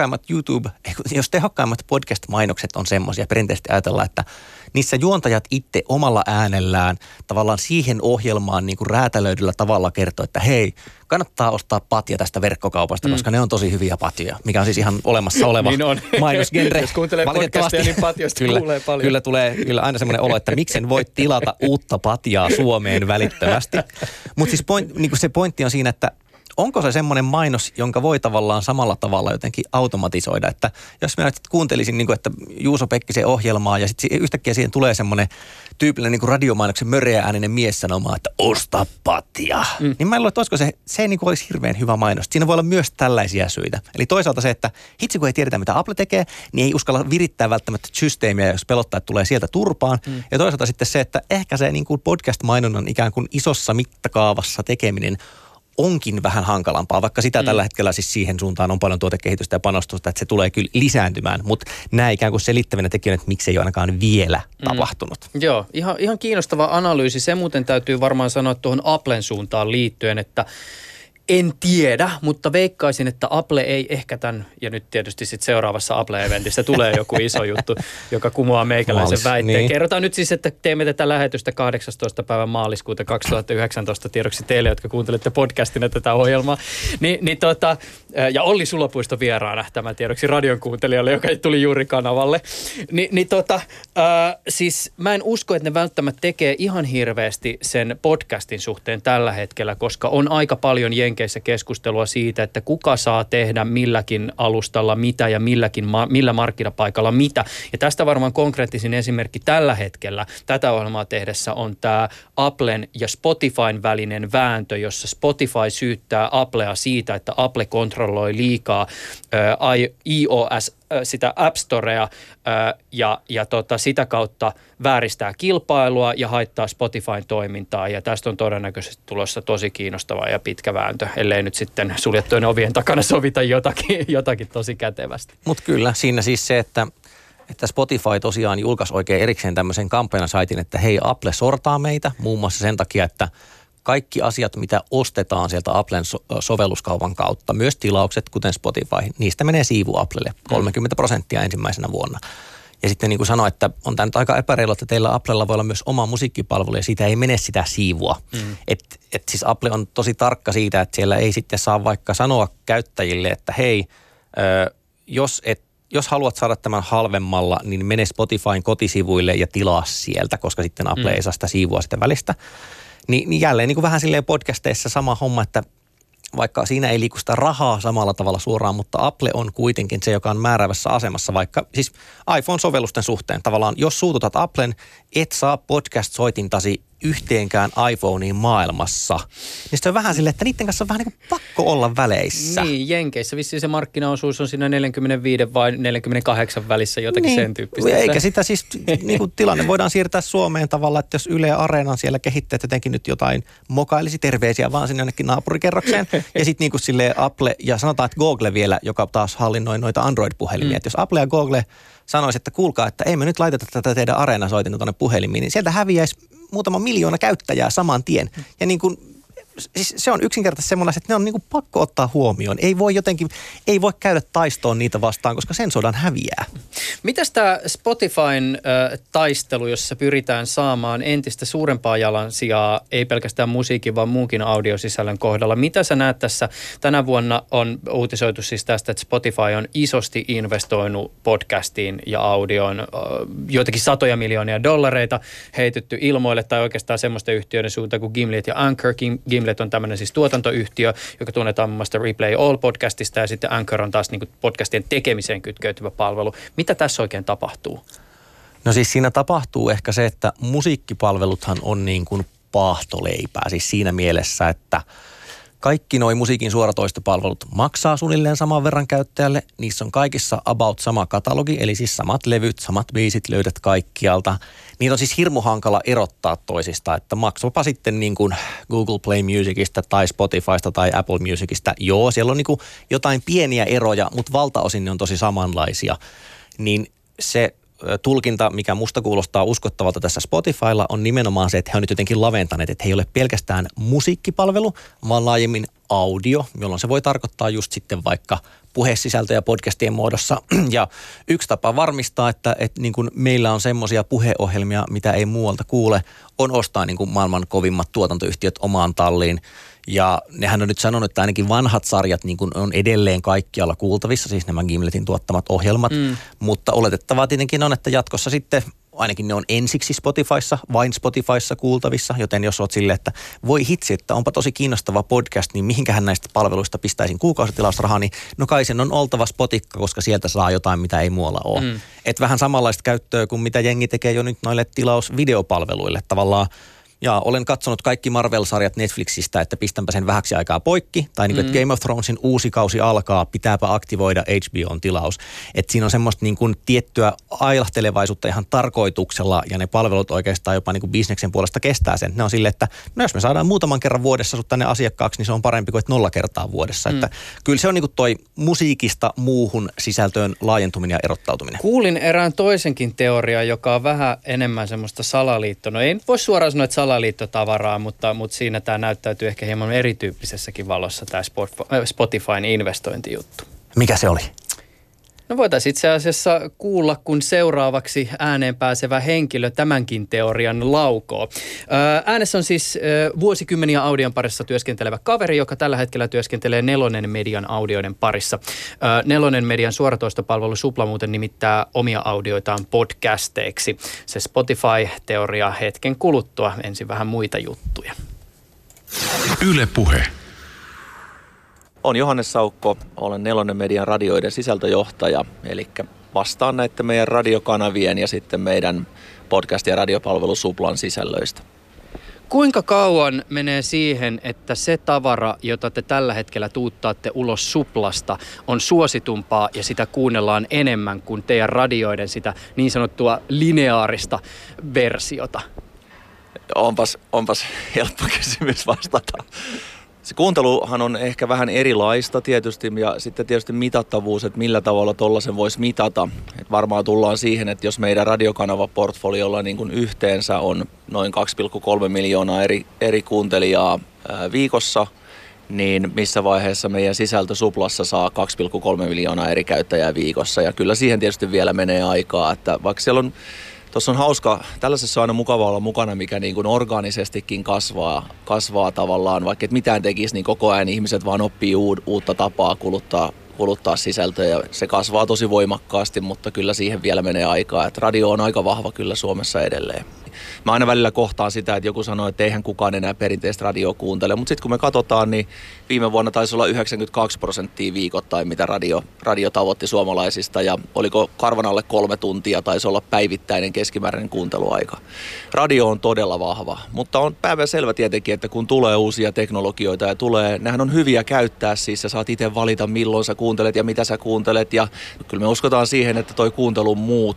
tehokkaimmat podcast-mainokset on semmoisia, perinteisesti ajatellaan, että niissä juontajat itse omalla äänellään tavallaan siihen ohjelmaan niin kuin räätälöidyllä tavalla kertoo, että hei, kannattaa ostaa patja tästä verkkokaupasta, koska ne on tosi hyviä patjoja, mikä on siis ihan olemassa oleva niin on. Mainosgenre. Jos kuuntelee podcastia, niin patjoista kuulee paljon. Kyllä tulee aina semmoinen olo, että miksen voi tilata uutta patjaa Suomeen välittömästi. Mutta siis se pointti on siinä, että onko se semmoinen mainos, jonka voi tavallaan samalla tavalla jotenkin automatisoida, että jos minä nyt kuuntelisin, että Juuso Pekkisen ohjelmaa ja sitten yhtäkkiä siihen tulee semmoinen tyypillinen radiomainoksen möreääninen mies sanomaan, että osta patja. Niin mä en luulen, että olisiko se olisi hirveän hyvä mainos. Siinä voi olla myös tällaisia syitä. Eli toisaalta se, että hitsi kun ei tiedetä mitä Apple tekee, niin ei uskalla virittää välttämättä systeemiä, jos pelottaa, että tulee sieltä turpaan. Ja toisaalta sitten se, että ehkä se podcast-mainonnan ikään kuin isossa mittakaavassa tekeminen onkin vähän hankalampaa, vaikka sitä tällä hetkellä siis siihen suuntaan on paljon tuotekehitystä ja panostusta, että se tulee kyllä lisääntymään, mutta nämä ikään kuin selittävänä tekijänä, että miksi ei ole ainakaan vielä tapahtunut. Joo, ihan kiinnostava analyysi. Se muuten täytyy varmaan sanoa tuohon Applen suuntaan liittyen, että en tiedä, mutta veikkaisin, että Apple ei ehkä tämän, ja nyt tietysti sitten seuraavassa Apple-eventissä tulee joku iso juttu, joka kumoaa meikäläisen väitteen. Niin. Kerrotaan nyt siis, että teemme tätä lähetystä 18. päivän maaliskuuta 2019 tiedoksi teille, jotka kuuntelette podcastina tätä ohjelmaa. Ja Olli Sulopuisto vieraana tämän tiedoksi radion kuuntelijalle, joka tuli juuri kanavalle. Siis mä en usko, että ne välttämättä tekee ihan hirveästi sen podcastin suhteen tällä hetkellä, koska on aika paljon Jenkeissä keskustelua siitä, että kuka saa tehdä milläkin alustalla mitä ja millä markkinapaikalla mitä. Ja tästä varmaan konkreettisin esimerkki tällä hetkellä tätä ohjelmaa tehdessä on tämä Applen ja Spotifyn välinen vääntö, jossa Spotify syyttää Applea siitä, että Apple kontrolloi liikaa iOS sitä App Storea ja sitä kautta vääristää kilpailua ja haittaa Spotifyn toimintaa. Ja tästä on todennäköisesti tulossa tosi kiinnostava ja pitkä vääntö, ellei nyt sitten suljettujen ovien takana sovita jotakin tosi kätevästi. Mutta kyllä, siinä siis se, että Spotify tosiaan julkaisi oikein erikseen tämmöisen kampanjasaitin, että hei, Apple sortaa meitä muun muassa sen takia, että kaikki asiat, mitä ostetaan sieltä Applen sovelluskaupan kautta, myös tilaukset, kuten Spotify, niistä menee siivu Applelle 30% ensimmäisenä vuonna. Ja sitten niin kuin sanoin, että on tämä nyt aika epäreilu, että teillä Applella voi olla myös oma musiikkipalvelu ja siitä ei mene sitä siivua. Et siis Apple on tosi tarkka siitä, että siellä ei sitten saa vaikka sanoa käyttäjille, että hei, jos haluat saada tämän halvemmalla, niin mene Spotifyn kotisivuille ja tilaa sieltä, koska sitten Apple ei saa sitä siivua sitten välistä. Niin jälleen niin kuin vähän silleen podcasteissa sama homma, että vaikka siinä ei liiku sitä rahaa samalla tavalla suoraan, mutta Apple on kuitenkin se, joka on määräävässä asemassa, vaikka siis iPhone-sovellusten suhteen. Tavallaan, jos suututat Applen, et saa podcast-soitintasi yhteenkään iPhoneen maailmassa, niin se on vähän silleen, että niiden kanssa on vähän niin kuin pakko olla väleissä. Niin, Jenkeissä vissiin se markkinaosuus on siinä 45 vai 48 välissä jotakin sen tyyppistä. Eikä sitä siis niin kuin tilanne voidaan siirtää Suomeen tavalla, että jos Yle Areenan siellä kehittäjät jotenkin nyt jotain mokailisi terveisiä vaan sinne jonnekin naapurikerrokseen ja sitten niin kuin silleen Apple ja sanotaan, että Google vielä, joka taas hallinnoi noita Android-puhelimia. Että jos Apple ja Google sanoisi, että kuulkaa, että ei me nyt laiteta tätä teidän Areena-soitinta tuonne puhelimiin, niin sieltä häviäisi muutama miljoona käyttäjää saman tien. Ja niin kuin, siis se on yksinkertaisesti semmoinen, että ne on niin kuin pakko ottaa huomioon. Ei voi käydä taistoon niitä vastaan, koska sen sodan häviää. Mitäs tämä Spotifyn taistelu, jossa pyritään saamaan entistä suurempaa jalansijaa, ei pelkästään musiikin, vaan muunkin audiosisällön kohdalla. Mitä sä näet tässä? Tänä vuonna on uutisoitu siis tästä, että Spotify on isosti investoinut podcastiin ja audioon. Joitakin $100 miljoonia heitetty ilmoille tai oikeastaan semmoista yhtiöiden suuntaan kuin Gimlet ja Anchor. Gimlet on tämmöinen siis tuotantoyhtiö, joka tunnetaan muun muassa Replay All-podcastista ja sitten Anchor on taas niin kuin podcastien tekemiseen kytkeytyvä palvelu. Mitä tässä oikein tapahtuu? No siis siinä tapahtuu ehkä se, että musiikkipalveluthan on niin kuin paahtoleipää. Siis siinä mielessä, että kaikki nuo musiikin suoratoistopalvelut maksaa suunnilleen saman verran käyttäjälle. Niissä on kaikissa about sama katalogi, eli siis samat levyt, samat biisit löydät kaikkialta. Niitä on siis hirmu hankala erottaa toisista, että maksapa sitten niin kuin Google Play Musicista tai Spotifysta tai Apple Musicista. Joo, siellä on niin kuin jotain pieniä eroja, mutta valtaosin ne on tosi samanlaisia. Niin se tulkinta, mikä musta kuulostaa uskottavalta tässä Spotifylla, on nimenomaan se, että he on nyt jotenkin laventaneet, että he ei ole pelkästään musiikkipalvelu, vaan laajemmin audio, jolloin se voi tarkoittaa just sitten vaikka puhesisältöjä podcastien muodossa. Ja yksi tapa varmistaa, että niin kuin meillä on semmoisia puheohjelmia, mitä ei muualta kuule, on ostaa niin kuin maailman kovimmat tuotantoyhtiöt omaan talliin. Ja nehän on nyt sanonut, että ainakin vanhat sarjat niin kuin on edelleen kaikkialla kuultavissa, siis nämä Gimletin tuottamat ohjelmat. Mutta oletettavaa tietenkin on, että jatkossa sitten ainakin ne on ensiksi Spotifyssa, vain Spotifyssa kuultavissa, joten jos oot silleen, että voi hitsi, että onpa tosi kiinnostava podcast, niin mihinkähän näistä palveluista pistäisin kuukausitilausrahaa, niin no kai sen on oltava Spotikka, koska sieltä saa jotain, mitä ei muualla ole. Että vähän samanlaista käyttöä kuin mitä jengi tekee jo nyt noille tilausvideopalveluille. Tavallaan Ja olen katsonut kaikki Marvel-sarjat Netflixistä, että pistänpä sen vähäksi aikaa poikki. Tai niin kuin, että Game of Thronesin uusi kausi alkaa, pitääpä aktivoida HBOn tilaus. Että siinä on semmoista niin kuin tiettyä ailahtelevaisuutta ihan tarkoituksella ja ne palvelut oikeastaan jopa niin kuin bisneksen puolesta kestää sen. Ne on silleen, että no jos me saadaan muutaman kerran vuodessa sut tänne asiakkaaksi, niin se on parempi kuin 0 kertaa vuodessa. Että kyllä se on niin kuin toi musiikista muuhun sisältöön laajentuminen ja erottautuminen. Kuulin erään toisenkin teoriaa, joka on vähän enemmän semmoista salaliittoa. No ei nyt voi suoraan sanoa, että salaliittotavaraa, mutta siinä tämä näyttäytyy ehkä hieman erityyppisessäkin valossa tämä Spotifyn investointijuttu. Mikä se oli? No voitaisiin itse asiassa kuulla, kun seuraavaksi ääneen pääsevä henkilö tämänkin teorian laukoo. Äänessä on siis vuosikymmeniä audion parissa työskentelevä kaveri, joka tällä hetkellä työskentelee Nelonen Median audioiden parissa. Nelonen Median suoratoistopalvelu Supla muuten nimittää omia audioitaan podcasteiksi. Se Spotify-teoria hetken kuluttua, ensin vähän muita juttuja. Yle Puhe. Olen Johannes Saukko, olen Nelonen Median radioiden sisältöjohtaja, eli vastaan näiden meidän radiokanavien ja sitten meidän podcast- ja radiopalvelu Suplan sisällöistä. Kuinka kauan menee siihen, että se tavara, jota te tällä hetkellä tuuttaatte ulos Suplasta, on suositumpaa ja sitä kuunnellaan enemmän kuin teidän radioiden sitä niin sanottua lineaarista versiota? Onpas helppo kysymys vastata. Se kuunteluhan on ehkä vähän erilaista tietysti ja sitten tietysti mitattavuus, että millä tavalla tollaisen voisi mitata. Et varmaan tullaan siihen, että jos meidän radiokanavaportfoliolla niin kuin yhteensä on noin 2,3 miljoonaa eri kuuntelijaa viikossa, niin missä vaiheessa meidän sisältö Suplassa saa 2,3 miljoonaa eri käyttäjää viikossa. Ja kyllä siihen tietysti vielä menee aikaa, että vaikka siellä on tuossa on hauska, tällaisessa on aina mukava olla mukana, mikä niin kuin orgaanisestikin kasvaa tavallaan, vaikka et mitään tekisi, niin koko ajan ihmiset vaan oppii uutta tapaa kuluttaa sisältöä ja se kasvaa tosi voimakkaasti, mutta kyllä siihen vielä menee aikaa, että radio on aika vahva kyllä Suomessa edelleen. Mä aina välillä kohtaan sitä, että joku sanoo, että eihän kukaan enää perinteistä radioa kuuntele, mutta sitten kun me katsotaan, niin viime vuonna taisi olla 92% viikoittain, mitä radio tavoitti suomalaisista ja oliko karvan alle 3 tuntia, taisi olla päivittäinen keskimääräinen kuunteluaika. Radio on todella vahva, mutta on päivänselvä tietenkin, että kun tulee uusia teknologioita ja nehän on hyviä käyttää siis, sä saat itse valita milloin sä kuuntelet ja mitä sä kuuntelet ja kyllä me uskotaan siihen, että toi kuuntelu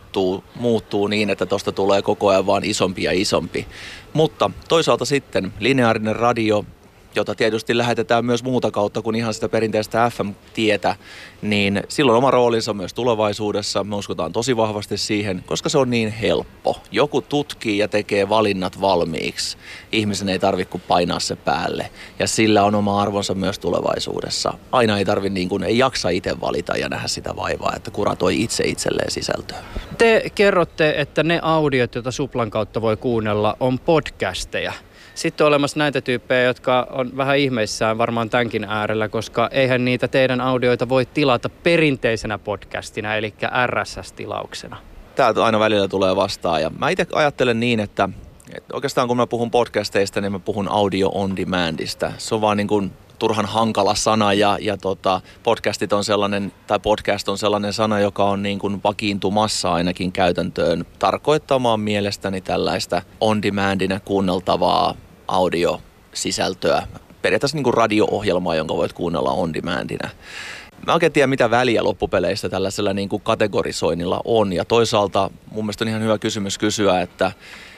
muuttuu niin, että tosta tulee koko ajan vaan isompi ja isompi. Mutta toisaalta sitten lineaarinen radio, jota tietysti lähetetään myös muuta kautta kuin ihan sitä perinteistä FM-tietä, niin silloin oma roolinsa myös tulevaisuudessa. Me uskotaan tosi vahvasti siihen, koska se on niin helppo. Joku tutkii ja tekee valinnat valmiiksi. Ihmisen ei tarvitse kuin painaa se päälle. Ja sillä on oma arvonsa myös tulevaisuudessa. Aina ei jaksa itse valita ja nähdä sitä vaivaa, että kuratoi itse itselleen sisältöä. Te kerrotte, että ne audiot, joita Suplan kautta voi kuunnella, on podcasteja. Sitten on olemassa näitä tyyppejä, jotka on vähän ihmeissään varmaan tämänkin äärellä, koska eihän niitä teidän audioita voi tilata perinteisenä podcastina, eli RSS-tilauksena. Täältä aina välillä tulee vastaan ja mä itse ajattelen niin, että oikeastaan kun mä puhun podcasteista, niin mä puhun audio on demandista. Se on vaan niin kuin turhan hankala sana ja podcastit on sellainen, tai podcast on sellainen sana, joka on niin kuin vakiintumassa ainakin käytäntöön tarkoittamaan mielestäni tällaista on-demandina kuunneltavaa audiosisältöä. Periaatteessa niin kuin radio-ohjelmaa, jonka voit kuunnella on-demandina. Mä oikein tiedän, mitä väliä loppupeleissä tällaisella niin kuin kategorisoinnilla on ja toisaalta mun mielestä on ihan hyvä kysymys kysyä, että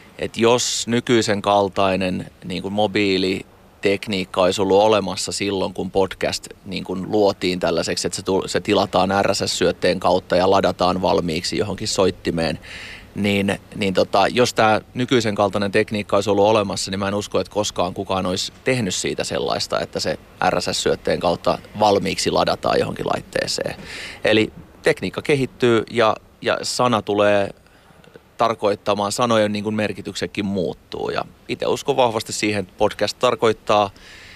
jos nykyisen kaltainen niin kuin mobiilitekniikka olisi ollut olemassa silloin, kun podcast niin kuin luotiin tällaiseksi, että se tilataan RSS-syötteen kautta ja ladataan valmiiksi johonkin soittimeen, niin jos tämä nykyisen kaltainen tekniikka olisi ollut olemassa, niin mä en usko, että koskaan kukaan olisi tehnyt siitä sellaista, että se RSS-syötteen kautta valmiiksi ladataan johonkin laitteeseen. Eli tekniikka kehittyy ja sana tulee tarkoittamaan, sanojen niin kuin merkityksetkin muuttuu. Ja itse uskon vahvasti siihen, että podcast tarkoittaa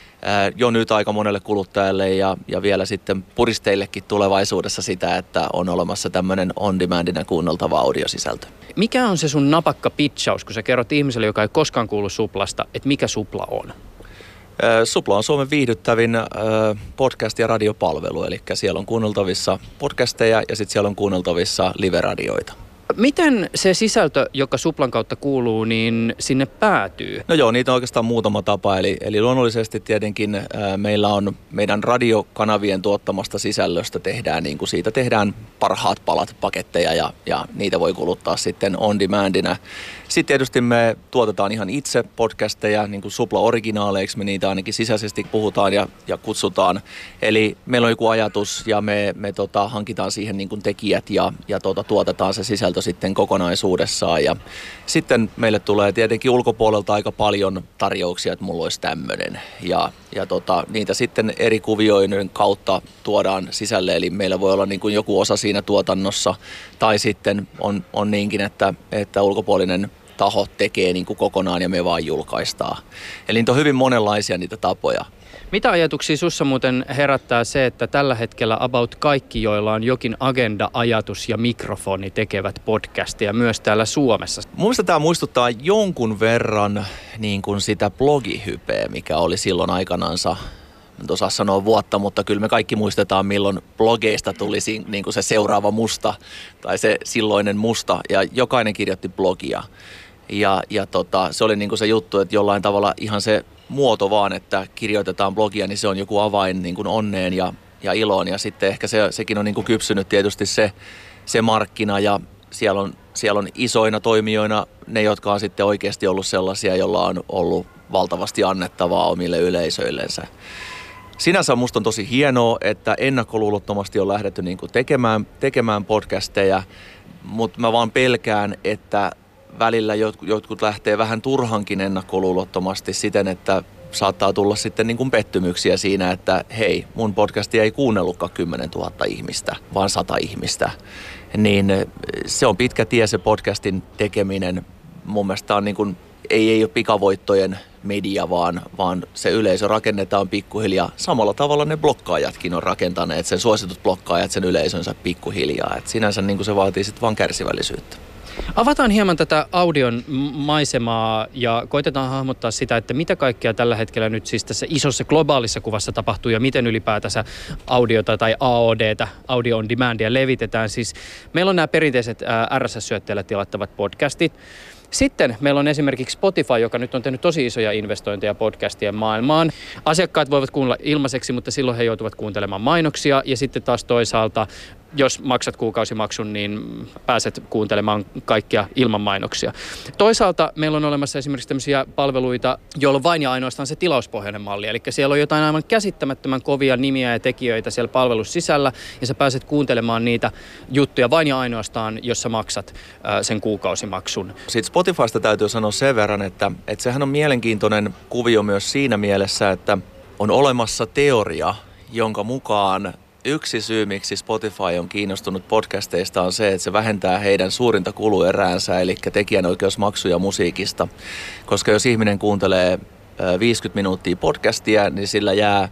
jo nyt aika monelle kuluttajalle ja vielä sitten puristeillekin tulevaisuudessa sitä, että on olemassa tämmöinen on-demandina kuunneltava audiosisältö. Mikä on se sun napakka pitchaus, kun sä kerrot ihmiselle, joka ei koskaan kuullut Suplasta, että mikä Supla on? Supla on Suomen viihdyttävin podcast- ja radiopalvelu, eli siellä on kuunneltavissa podcasteja ja sitten siellä on kuunneltavissa live-radioita. Miten se sisältö, joka Suplan kautta kuuluu, niin sinne päätyy? No joo, niitä on oikeastaan muutama tapa. Eli luonnollisesti tietenkin meillä on meidän radiokanavien tuottamasta sisällöstä siitä tehdään parhaat palat, paketteja ja niitä voi kuluttaa sitten on demandina. Sitten tietysti me tuotetaan ihan itse podcasteja, niin kuin Supla-originaaleiksi me niitä ainakin sisäisesti puhutaan ja kutsutaan. Eli meillä on joku ajatus ja me hankitaan siihen niin kuin tekijät ja tuotetaan se sisältö sitten kokonaisuudessaan. Ja sitten meille tulee tietenkin ulkopuolelta aika paljon tarjouksia, että mulla olisi tämmöinen. Ja niitä sitten eri kuvioiden kautta tuodaan sisälle, eli meillä voi olla niin kuin joku osa siinä tuotannossa, tai sitten on niinkin, että ulkopuolinen taho tekee niin kuin kokonaan ja me vaan julkaistaan. Eli niitä on hyvin monenlaisia niitä tapoja. Mitä ajatuksia sussa muuten herättää se, että tällä hetkellä about kaikki, joilla on jokin agenda, ajatus ja mikrofoni, tekevät podcastia myös täällä Suomessa? Mun mielestä tämä muistuttaa jonkun verran niin kuin sitä blogihypeä, mikä oli silloin aikanaansa. En osaa sanoa vuotta, mutta kyllä me kaikki muistetaan, milloin blogeista tuli niin kuin se seuraava musta tai se silloinen musta ja jokainen kirjoitti blogia. Ja se oli niin kuin se juttu, että jollain tavalla ihan se muoto vaan, että kirjoitetaan blogia, niin se on joku avain niin kuin onneen ja iloon. Ja sitten ehkä sekin on niin kuin kypsynyt tietysti se markkina ja siellä on isoina toimijoina ne, jotka on sitten oikeasti ollut sellaisia, joilla on ollut valtavasti annettavaa omille yleisöillensä. Sinänsä musta on tosi hienoa, että ennakkoluulottomasti on lähdetty niin kuin tekemään podcasteja, mutta mä vaan pelkään, että välillä jotkut lähtee vähän turhankin ennakkoluulottomasti siten, että saattaa tulla sitten niin kuin pettymyksiä siinä, että hei, mun podcastia ei kuunnellutkaan 10 000 ihmistä, vaan 100 ihmistä. Niin se on pitkä tie se podcastin tekeminen. Mun mielestä on niin kuin, ei ole pikavoittojen media, vaan se yleisö rakennetaan pikkuhiljaa. Samalla tavalla ne blokkaajatkin on rakentaneet, sen suositut blokkaajat sen yleisönsä pikkuhiljaa. Et sinänsä niin kuin se vaatii sitten vaan kärsivällisyyttä. Avataan hieman tätä audion maisemaa ja koitetaan hahmottaa sitä, että mitä kaikkea tällä hetkellä nyt siis tässä isossa globaalissa kuvassa tapahtuu ja miten ylipäätänsä audiota tai AODtä, audio on demandia levitetään. Siis meillä on nämä perinteiset RSS-syötteellä tilattavat podcastit. Sitten meillä on esimerkiksi Spotify, joka nyt on tehnyt tosi isoja investointeja podcastien maailmaan. Asiakkaat voivat kuunnella ilmaiseksi, mutta silloin he joutuvat kuuntelemaan mainoksia. Ja sitten taas toisaalta, jos maksat kuukausimaksun, niin pääset kuuntelemaan kaikkia ilman mainoksia. Toisaalta meillä on olemassa esimerkiksi tämmöisiä palveluita, joilla on vain ja ainoastaan se tilauspohjainen malli. Eli siellä on jotain aivan käsittämättömän kovia nimiä ja tekijöitä siellä palvelussa sisällä, ja sä pääset kuuntelemaan niitä juttuja vain ja ainoastaan, jos sä maksat sen kuukausimaksun. Sitten Spotifysta täytyy sanoa sen verran, että sehän on mielenkiintoinen kuvio myös siinä mielessä, että on olemassa teoria, jonka mukaan yksi syy, miksi Spotify on kiinnostunut podcasteista, on se, että se vähentää heidän suurinta kulueräänsä, eli tekijänoikeusmaksuja musiikista. Koska jos ihminen kuuntelee 50 minuuttia podcastia, niin sillä jää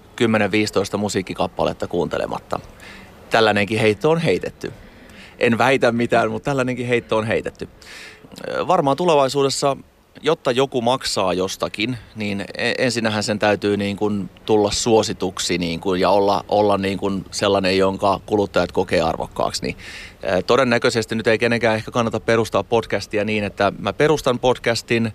10-15 musiikkikappaletta kuuntelematta. Tällainenkin heitto on heitetty. En väitä mitään, mutta tällainenkin heitto on heitetty. Varmaan tulevaisuudessa, jotta joku maksaa jostakin, niin ensinnähän sen täytyy niin kuin tulla suosituksi niin kuin ja olla niin kuin sellainen, jonka kuluttajat kokee arvokkaaksi. Niin, todennäköisesti nyt ei kenenkään ehkä kannata perustaa podcastia niin, että mä perustan podcastin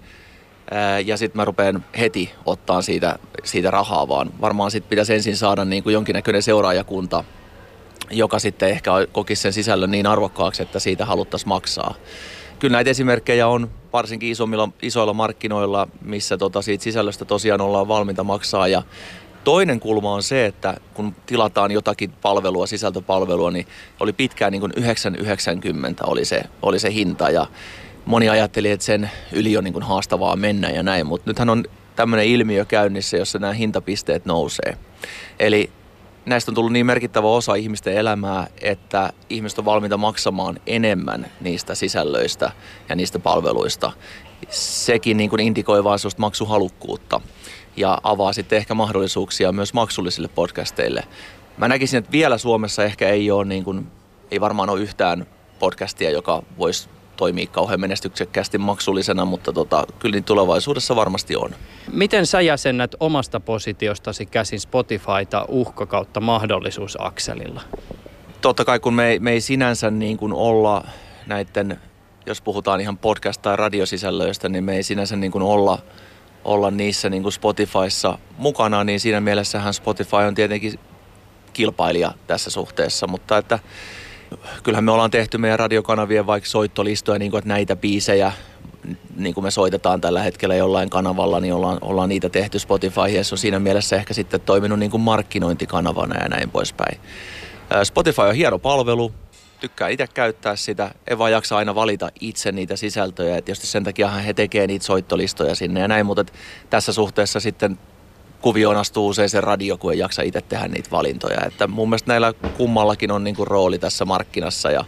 ja sitten mä rupean heti ottaa siitä rahaa, vaan varmaan sitten pitäisi ensin saada niin kuin jonkinnäköinen seuraajakunta, joka sitten ehkä kokisi sen sisällön niin arvokkaaksi, että siitä haluttaisiin maksaa. Kyllä näitä esimerkkejä on varsinkin isoilla markkinoilla, missä siitä sisällöstä tosiaan ollaan valmiita maksaa. Ja toinen kulma on se, että kun tilataan jotakin palvelua, sisältöpalvelua, niin oli pitkään niin kuin 9,90 oli se hinta. Ja moni ajatteli, että sen yli on niin kuin haastavaa mennä ja näin, mutta nythän on tämmöinen ilmiö käynnissä, jossa nämä hintapisteet nousee. Eli näistä on tullut niin merkittävä osa ihmisten elämää, että ihmiset on valmiita maksamaan enemmän niistä sisällöistä ja niistä palveluista. Sekin niin kuin indikoi vaan sellaista maksuhalukkuutta ja avaa sitten ehkä mahdollisuuksia myös maksullisille podcasteille. Mä näkisin, että vielä Suomessa ehkä ei varmaan ole yhtään podcastia, joka voisi toimii kauhean menestyksekkäästi maksullisena, mutta kyllä niin tulevaisuudessa varmasti on. Miten sä jäsennät omasta positiostasi käsin Spotifyta uhka kautta mahdollisuusakselilla? Totta kai kun me ei sinänsä niin kuin olla näiden, jos puhutaan ihan podcast- tai radiosisällöistä, niin me ei sinänsä niin kuin olla niissä niin kuin Spotifyssa mukana, niin siinä mielessähän Spotify on tietenkin kilpailija tässä suhteessa, mutta että kyllähän me ollaan tehty meidän radiokanavien vaikka soittolistoja, niin kuin, että näitä biisejä, niin kuin me soitetaan tällä hetkellä jollain kanavalla, niin ollaan niitä tehty Spotify, ja se on siinä mielessä ehkä sitten toiminut niin kuin markkinointikanavana ja näin poispäin. Spotify on hieno palvelu, tykkää itse käyttää sitä, ei vaan jaksa aina valita itse niitä sisältöjä, että tietysti sen takiahan he tekee niitä soittolistoja sinne ja näin, mutta tässä suhteessa sitten kuvioon astuu usein se radio, kun ei jaksa itse tehdä niitä valintoja. Että mun mielestä näillä kummallakin on niinku rooli tässä markkinassa ja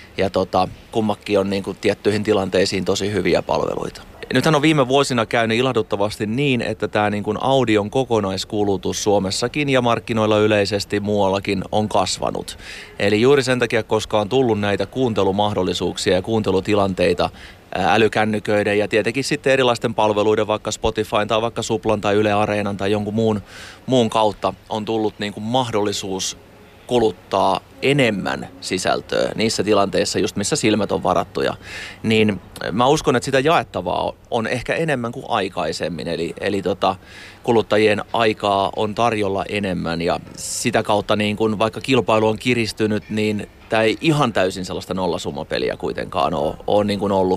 kummakin on niinku tiettyihin tilanteisiin tosi hyviä palveluita. Nythän on viime vuosina käynyt ilahduttavasti niin, että tämä niinku audion kokonaiskulutus Suomessakin ja markkinoilla yleisesti muuallakin on kasvanut. Eli juuri sen takia, koska on tullut näitä kuuntelumahdollisuuksia ja kuuntelutilanteita älykännyköiden ja tietenkin sitten erilaisten palveluiden, vaikka Spotifyn tai vaikka Suplan tai Yle Areenan tai jonkun muun kautta on tullut niin kuin mahdollisuus kuluttaa enemmän sisältöä niissä tilanteissa, just missä silmät on varattuja, niin mä uskon, että sitä jaettavaa on ehkä enemmän kuin aikaisemmin, eli kuluttajien aikaa on tarjolla enemmän ja sitä kautta niin kun vaikka kilpailu on kiristynyt, niin tämä ei ihan täysin sellaista nollasummapeliä kuitenkaan ole niin kuin ollut.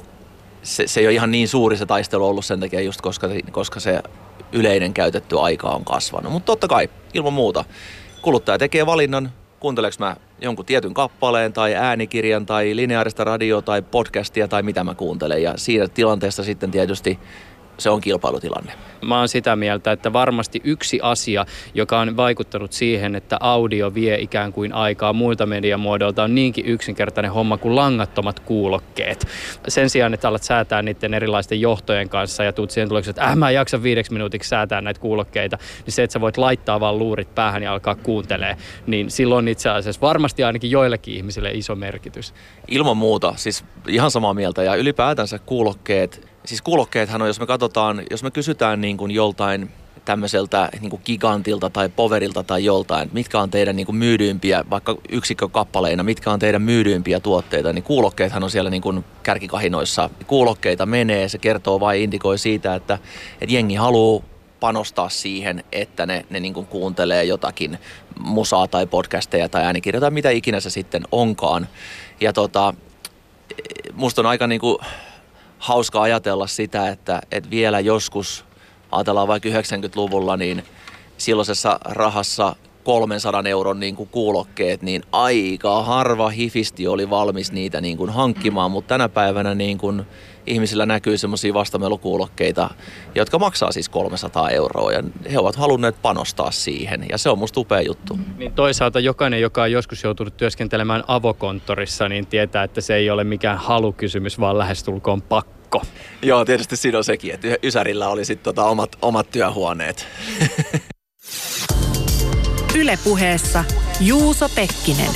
Se ei ole ihan niin suuri se taistelu ollut sen takia just koska se yleinen käytetty aika on kasvanut, mutta totta kai ilman muuta kuluttaja tekee valinnan, kuunteleeko mä jonkun tietyn kappaleen tai äänikirjan tai lineaarista radioa tai podcastia tai mitä mä kuuntelen. Ja siinä tilanteessa sitten tietysti se on kilpailutilanne. Mä oon sitä mieltä, että varmasti yksi asia, joka on vaikuttanut siihen, että audio vie ikään kuin aikaa muilta mediamuodoilta, on niinkin yksinkertainen homma kuin langattomat kuulokkeet. Sen sijaan, että alat säätää niiden erilaisten johtojen kanssa ja tuut siihen tuleeksi, että mä en jaksa 5 minuutiksi säätää näitä kuulokkeita, niin se, että sä voit laittaa vaan luurit päähän ja alkaa kuuntelee, niin silloin itse asiassa varmasti ainakin joillekin ihmisille iso merkitys. Ilman muuta, siis ihan samaa mieltä ja ylipäätänsä kuulokkeethan on, jos me kysytään niin kuin joltain tämmöiseltä niin kuin gigantilta tai poverilta tai joltain, mitkä on teidän niin kuin myydyimpiä, vaikka yksikkökappaleina, mitkä on teidän myydyimpiä tuotteita, niin kuulokkeethan on siellä niin kuin kärkikahinoissa. Kuulokkeita menee, se kertoo vai indikoi siitä, että jengi haluaa panostaa siihen, että ne niin kuin kuuntelee jotakin musaa tai podcasteja tai äänikirjoja tai mitä ikinä se sitten onkaan. Ja musta on aika niin kuin hauska ajatella sitä, että vielä joskus, ajatellaan vaikka 90-luvulla, niin silloisessa rahassa 300 euron niin kuin kuulokkeet, niin aika harva hifisti oli valmis niitä niin kuin hankkimaan, mutta tänä päivänä niin kuin ihmisillä näkyy semmoisia vastamelukuulokkeita, jotka maksaa siis 300 euroa ja he ovat halunneet panostaa siihen ja se on musta upea juttu. Niin toisaalta jokainen, joka on joskus joutunut työskentelemään avokonttorissa, niin tietää, että se ei ole mikään halukysymys, vaan lähestulkoon pakko. Joo, tietysti siinä on sekin, että Ysärillä oli sitten omat työhuoneet. Yle Puheessa Juuso Pekkinen.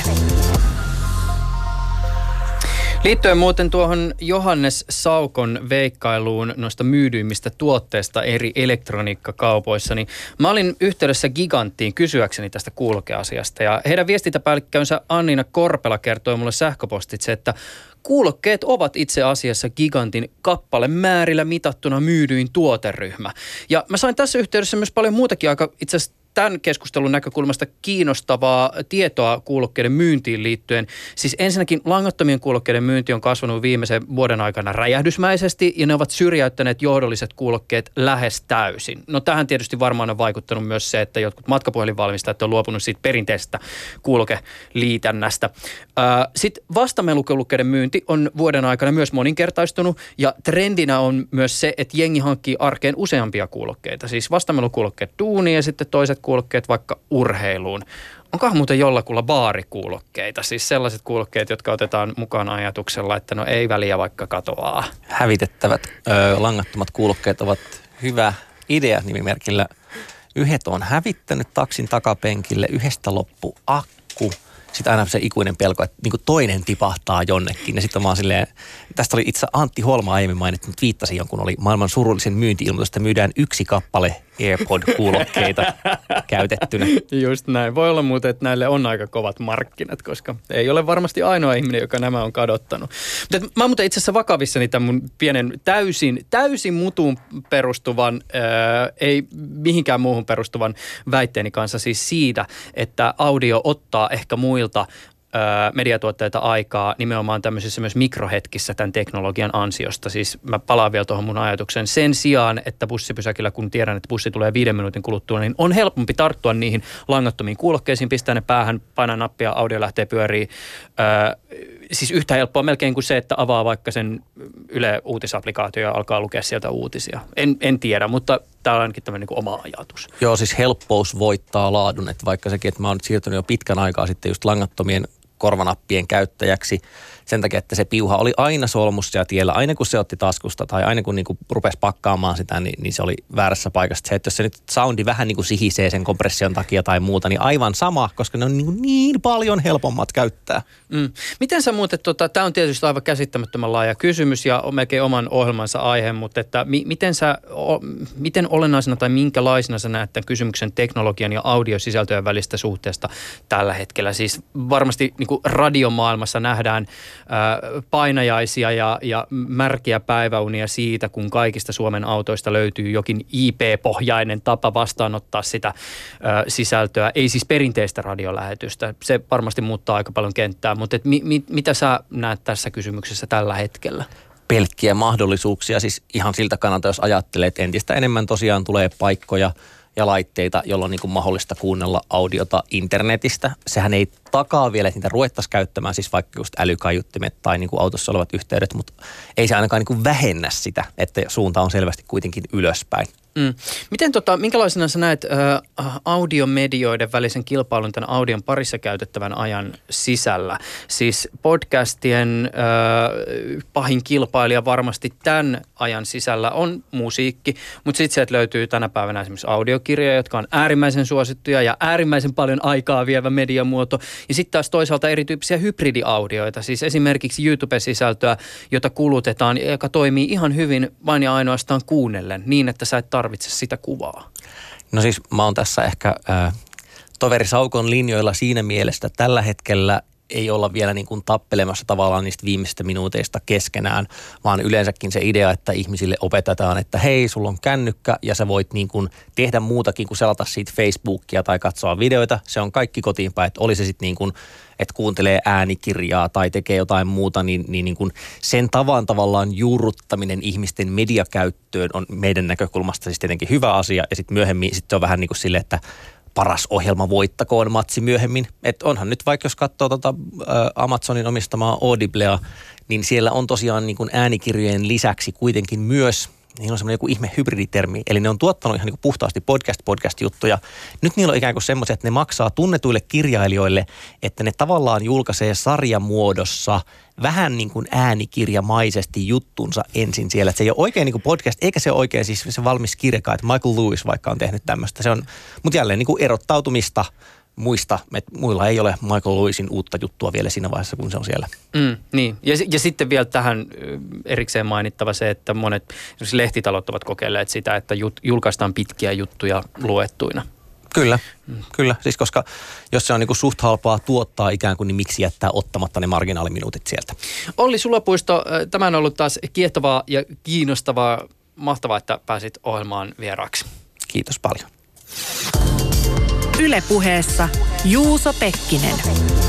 Liittyen muuten tuohon Johannes Saukon veikkailuun noista myydyimmistä tuotteista eri elektroniikkakaupoissa, niin mä olin yhteydessä Giganttiin kysyäkseni tästä kuulokkeasiasta ja heidän viestintäpäällikkönsä Annina Korpela kertoi mulle sähköpostitse, että kuulokkeet ovat itse asiassa Gigantin kappalemäärillä mitattuna myydyin tuoteryhmä. Ja mä sain tässä yhteydessä myös paljon muutakin aika itse asiassa tämän keskustelun näkökulmasta kiinnostavaa tietoa kuulokkeiden myyntiin liittyen. Siis ensinnäkin langattomien kuulokkeiden myynti on kasvanut viimeisen vuoden aikana räjähdysmäisesti ja ne ovat syrjäyttäneet johdolliset kuulokkeet lähes täysin. No tähän tietysti varmaan on vaikuttanut myös se, että jotkut matkapuhelinvalmistajat on luopunut siitä perinteisestä kuulokeliitännästä. Sitten vastamelukuulokkeiden myynti on vuoden aikana myös moninkertaistunut ja trendinä on myös se, että jengi hankkii arkeen useampia kuulokkeita. Siis vastamelukuulokkeet duuniin ja sitten toiset kuulokkeet vaikka urheiluun. Onkohan muuten jollakulla baarikuulokkeita? Siis sellaiset kuulokkeet, jotka otetaan mukaan ajatuksella, että no ei väliä vaikka katoaa. Hävitettävät langattomat kuulokkeet ovat hyvä idea nimimerkillä. Yhdet on hävittänyt taksin takapenkille, yhdestä loppu akku. Sitten aina se ikuinen pelko, että niin kuin toinen tipahtaa jonnekin. Ja sitten mä oon silleen, tästä oli itse Antti Holma aiemmin mainittu, mutta viittasin jonkun, oli maailman surullisen myynti-ilmoitus, että myydään 1 kappale AirPod-kuulokkeita käytettynä. Just näin. Voi olla muuten, että näille on aika kovat markkinat, koska ei ole varmasti ainoa ihminen, joka nämä on kadottanut. Mutta mä oon muuten itse asiassa vakavissani tämän mun pienen täysin mutuun perustuvan, ei mihinkään muuhun perustuvan väitteeni kanssa siis siitä, että audio ottaa ehkä muilta mediatuotteita aikaa nimenomaan tämmöisissä myös mikrohetkissä tämän teknologian ansiosta. Siis mä palaan vielä tuohon mun ajatuksen. Sen sijaan, että bussipysäkillä, kun tiedän, että bussi tulee 5 minuutin kuluttua, niin on helpompi tarttua niihin langattomiin kuulokkeisiin, pistää ne päähän, painaa nappia, audio lähtee pyöriin. Siis yhtä helppoa melkein kuin se, että avaa vaikka sen Yle uutisapplikaatio ja alkaa lukea sieltä uutisia. En tiedä, mutta tämä on ainakin tämmöinen niin oma ajatus. Joo, siis helppous voittaa laadun, että vaikka sekin, että mä oon nyt siirtynyt jo pitkän aikaa sitten just langattomien korvanappien käyttäjäksi sen takia, että se piuha oli aina solmussa ja tiellä. Aina kun se otti taskusta tai aina kun niinku rupesi pakkaamaan sitä, niin se oli väärässä paikassa. Se, että jos se nyt soundi vähän niin kuin sihisee sen kompression takia tai muuta, niin aivan sama, koska ne on niin paljon helpommat käyttää. Miten sä muuten, tämä on tietysti aivan käsittämättömän laaja kysymys ja on melkein oman ohjelmansa aihe, mutta että miten olennaisena tai minkälaisena sä näet tämän kysymyksen teknologian ja audiosisältöjen välistä suhteesta tällä hetkellä? Siis varmasti niin kuin radiomaailmassa nähdään painajaisia ja märkiä päiväunia siitä, kun kaikista Suomen autoista löytyy jokin IP-pohjainen tapa vastaanottaa sitä sisältöä. Ei siis perinteistä radiolähetystä. Se varmasti muuttaa aika paljon kenttää, mutta mitä sä näet tässä kysymyksessä tällä hetkellä? Pelkkiä mahdollisuuksia, siis ihan siltä kannalta, jos ajattelee, että entistä enemmän tosiaan tulee paikkoja ja laitteita, jolla on niin kuin mahdollista kuunnella audiota internetistä. Sehän ei takaa vielä, että niitä ruvettaisiin käyttämään, siis vaikka just älykaiuttimet tai niin kuin autossa olevat yhteydet, mutta ei se ainakaan niin kuin vähennä sitä, että suunta on selvästi kuitenkin ylöspäin. Miten minkälaisena sä näet audiomedioiden välisen kilpailun tämän audion parissa käytettävän ajan sisällä? Siis podcastien pahin kilpailija varmasti tämän ajan sisällä on musiikki, mutta sitten sieltä löytyy tänä päivänä esimerkiksi audiokirjoja, jotka on äärimmäisen suosittuja ja äärimmäisen paljon aikaa vievä mediamuoto. Ja sitten taas toisaalta erityyppisiä hybridiaudioita, siis esimerkiksi YouTube-sisältöä, jota kulutetaan, joka toimii ihan hyvin vain ja ainoastaan kuunnellen niin, että sä et tarvitse sitä kuvaa. No siis mä oon tässä ehkä toveri Saukon linjoilla siinä mielessä, että tällä hetkellä ei olla vielä niin kuin tappelemassa tavallaan niistä viimeisistä minuuteista keskenään, vaan yleensäkin se idea, että ihmisille opetetaan, että hei, sulla on kännykkä ja sä voit niin kuin tehdä muutakin kuin selata siitä Facebookia tai katsoa videoita. Se on kaikki kotiin päin, että oli se sitten niin kuin, että kuuntelee äänikirjaa tai tekee jotain muuta, niin kuin sen tavan tavallaan juurruttaminen ihmisten mediakäyttöön on meidän näkökulmasta siis tietenkin hyvä asia ja sitten myöhemmin sitten on vähän niin kuin silleen, että paras ohjelma voittakoon matsi myöhemmin. Että onhan nyt vaikka jos katsoo Amazonin omistamaa Audiblea, niin siellä on tosiaan niin kuin äänikirjojen lisäksi kuitenkin myös, niillä on semmoinen joku ihme hybriditermi, eli ne on tuottanut ihan niin kuin puhtaasti podcast-juttuja. Nyt niillä on ikään kuin semmoisia, että ne maksaa tunnetuille kirjailijoille, että ne tavallaan julkaisee sarjamuodossa vähän niin kuin äänikirjamaisesti juttunsa ensin siellä. Että se ei ole oikein niin kuin podcast, eikä se ole oikein siis se valmis kirjakaan, että Michael Lewis vaikka on tehnyt tämmöistä. Se on, mutta jälleen niin kuin erottautumista muista, että muilla ei ole Michael Lewisin uutta juttua vielä siinä vaiheessa, kun se on siellä. Niin, ja sitten vielä tähän erikseen mainittava se, että monet lehtitalot ovat kokeilleet sitä, että julkaistaan pitkiä juttuja luettuina. Kyllä. Siis koska jos se on niinku suht halpaa tuottaa ikään kuin, niin miksi jättää ottamatta ne marginaaliminuutit sieltä? Olli Sulopuisto, tämä on ollut taas kiehtovaa ja kiinnostavaa. Mahtavaa, että pääsit ohjelmaan vieraaksi. Kiitos paljon. Yle Puheessa Juuso Pekkinen.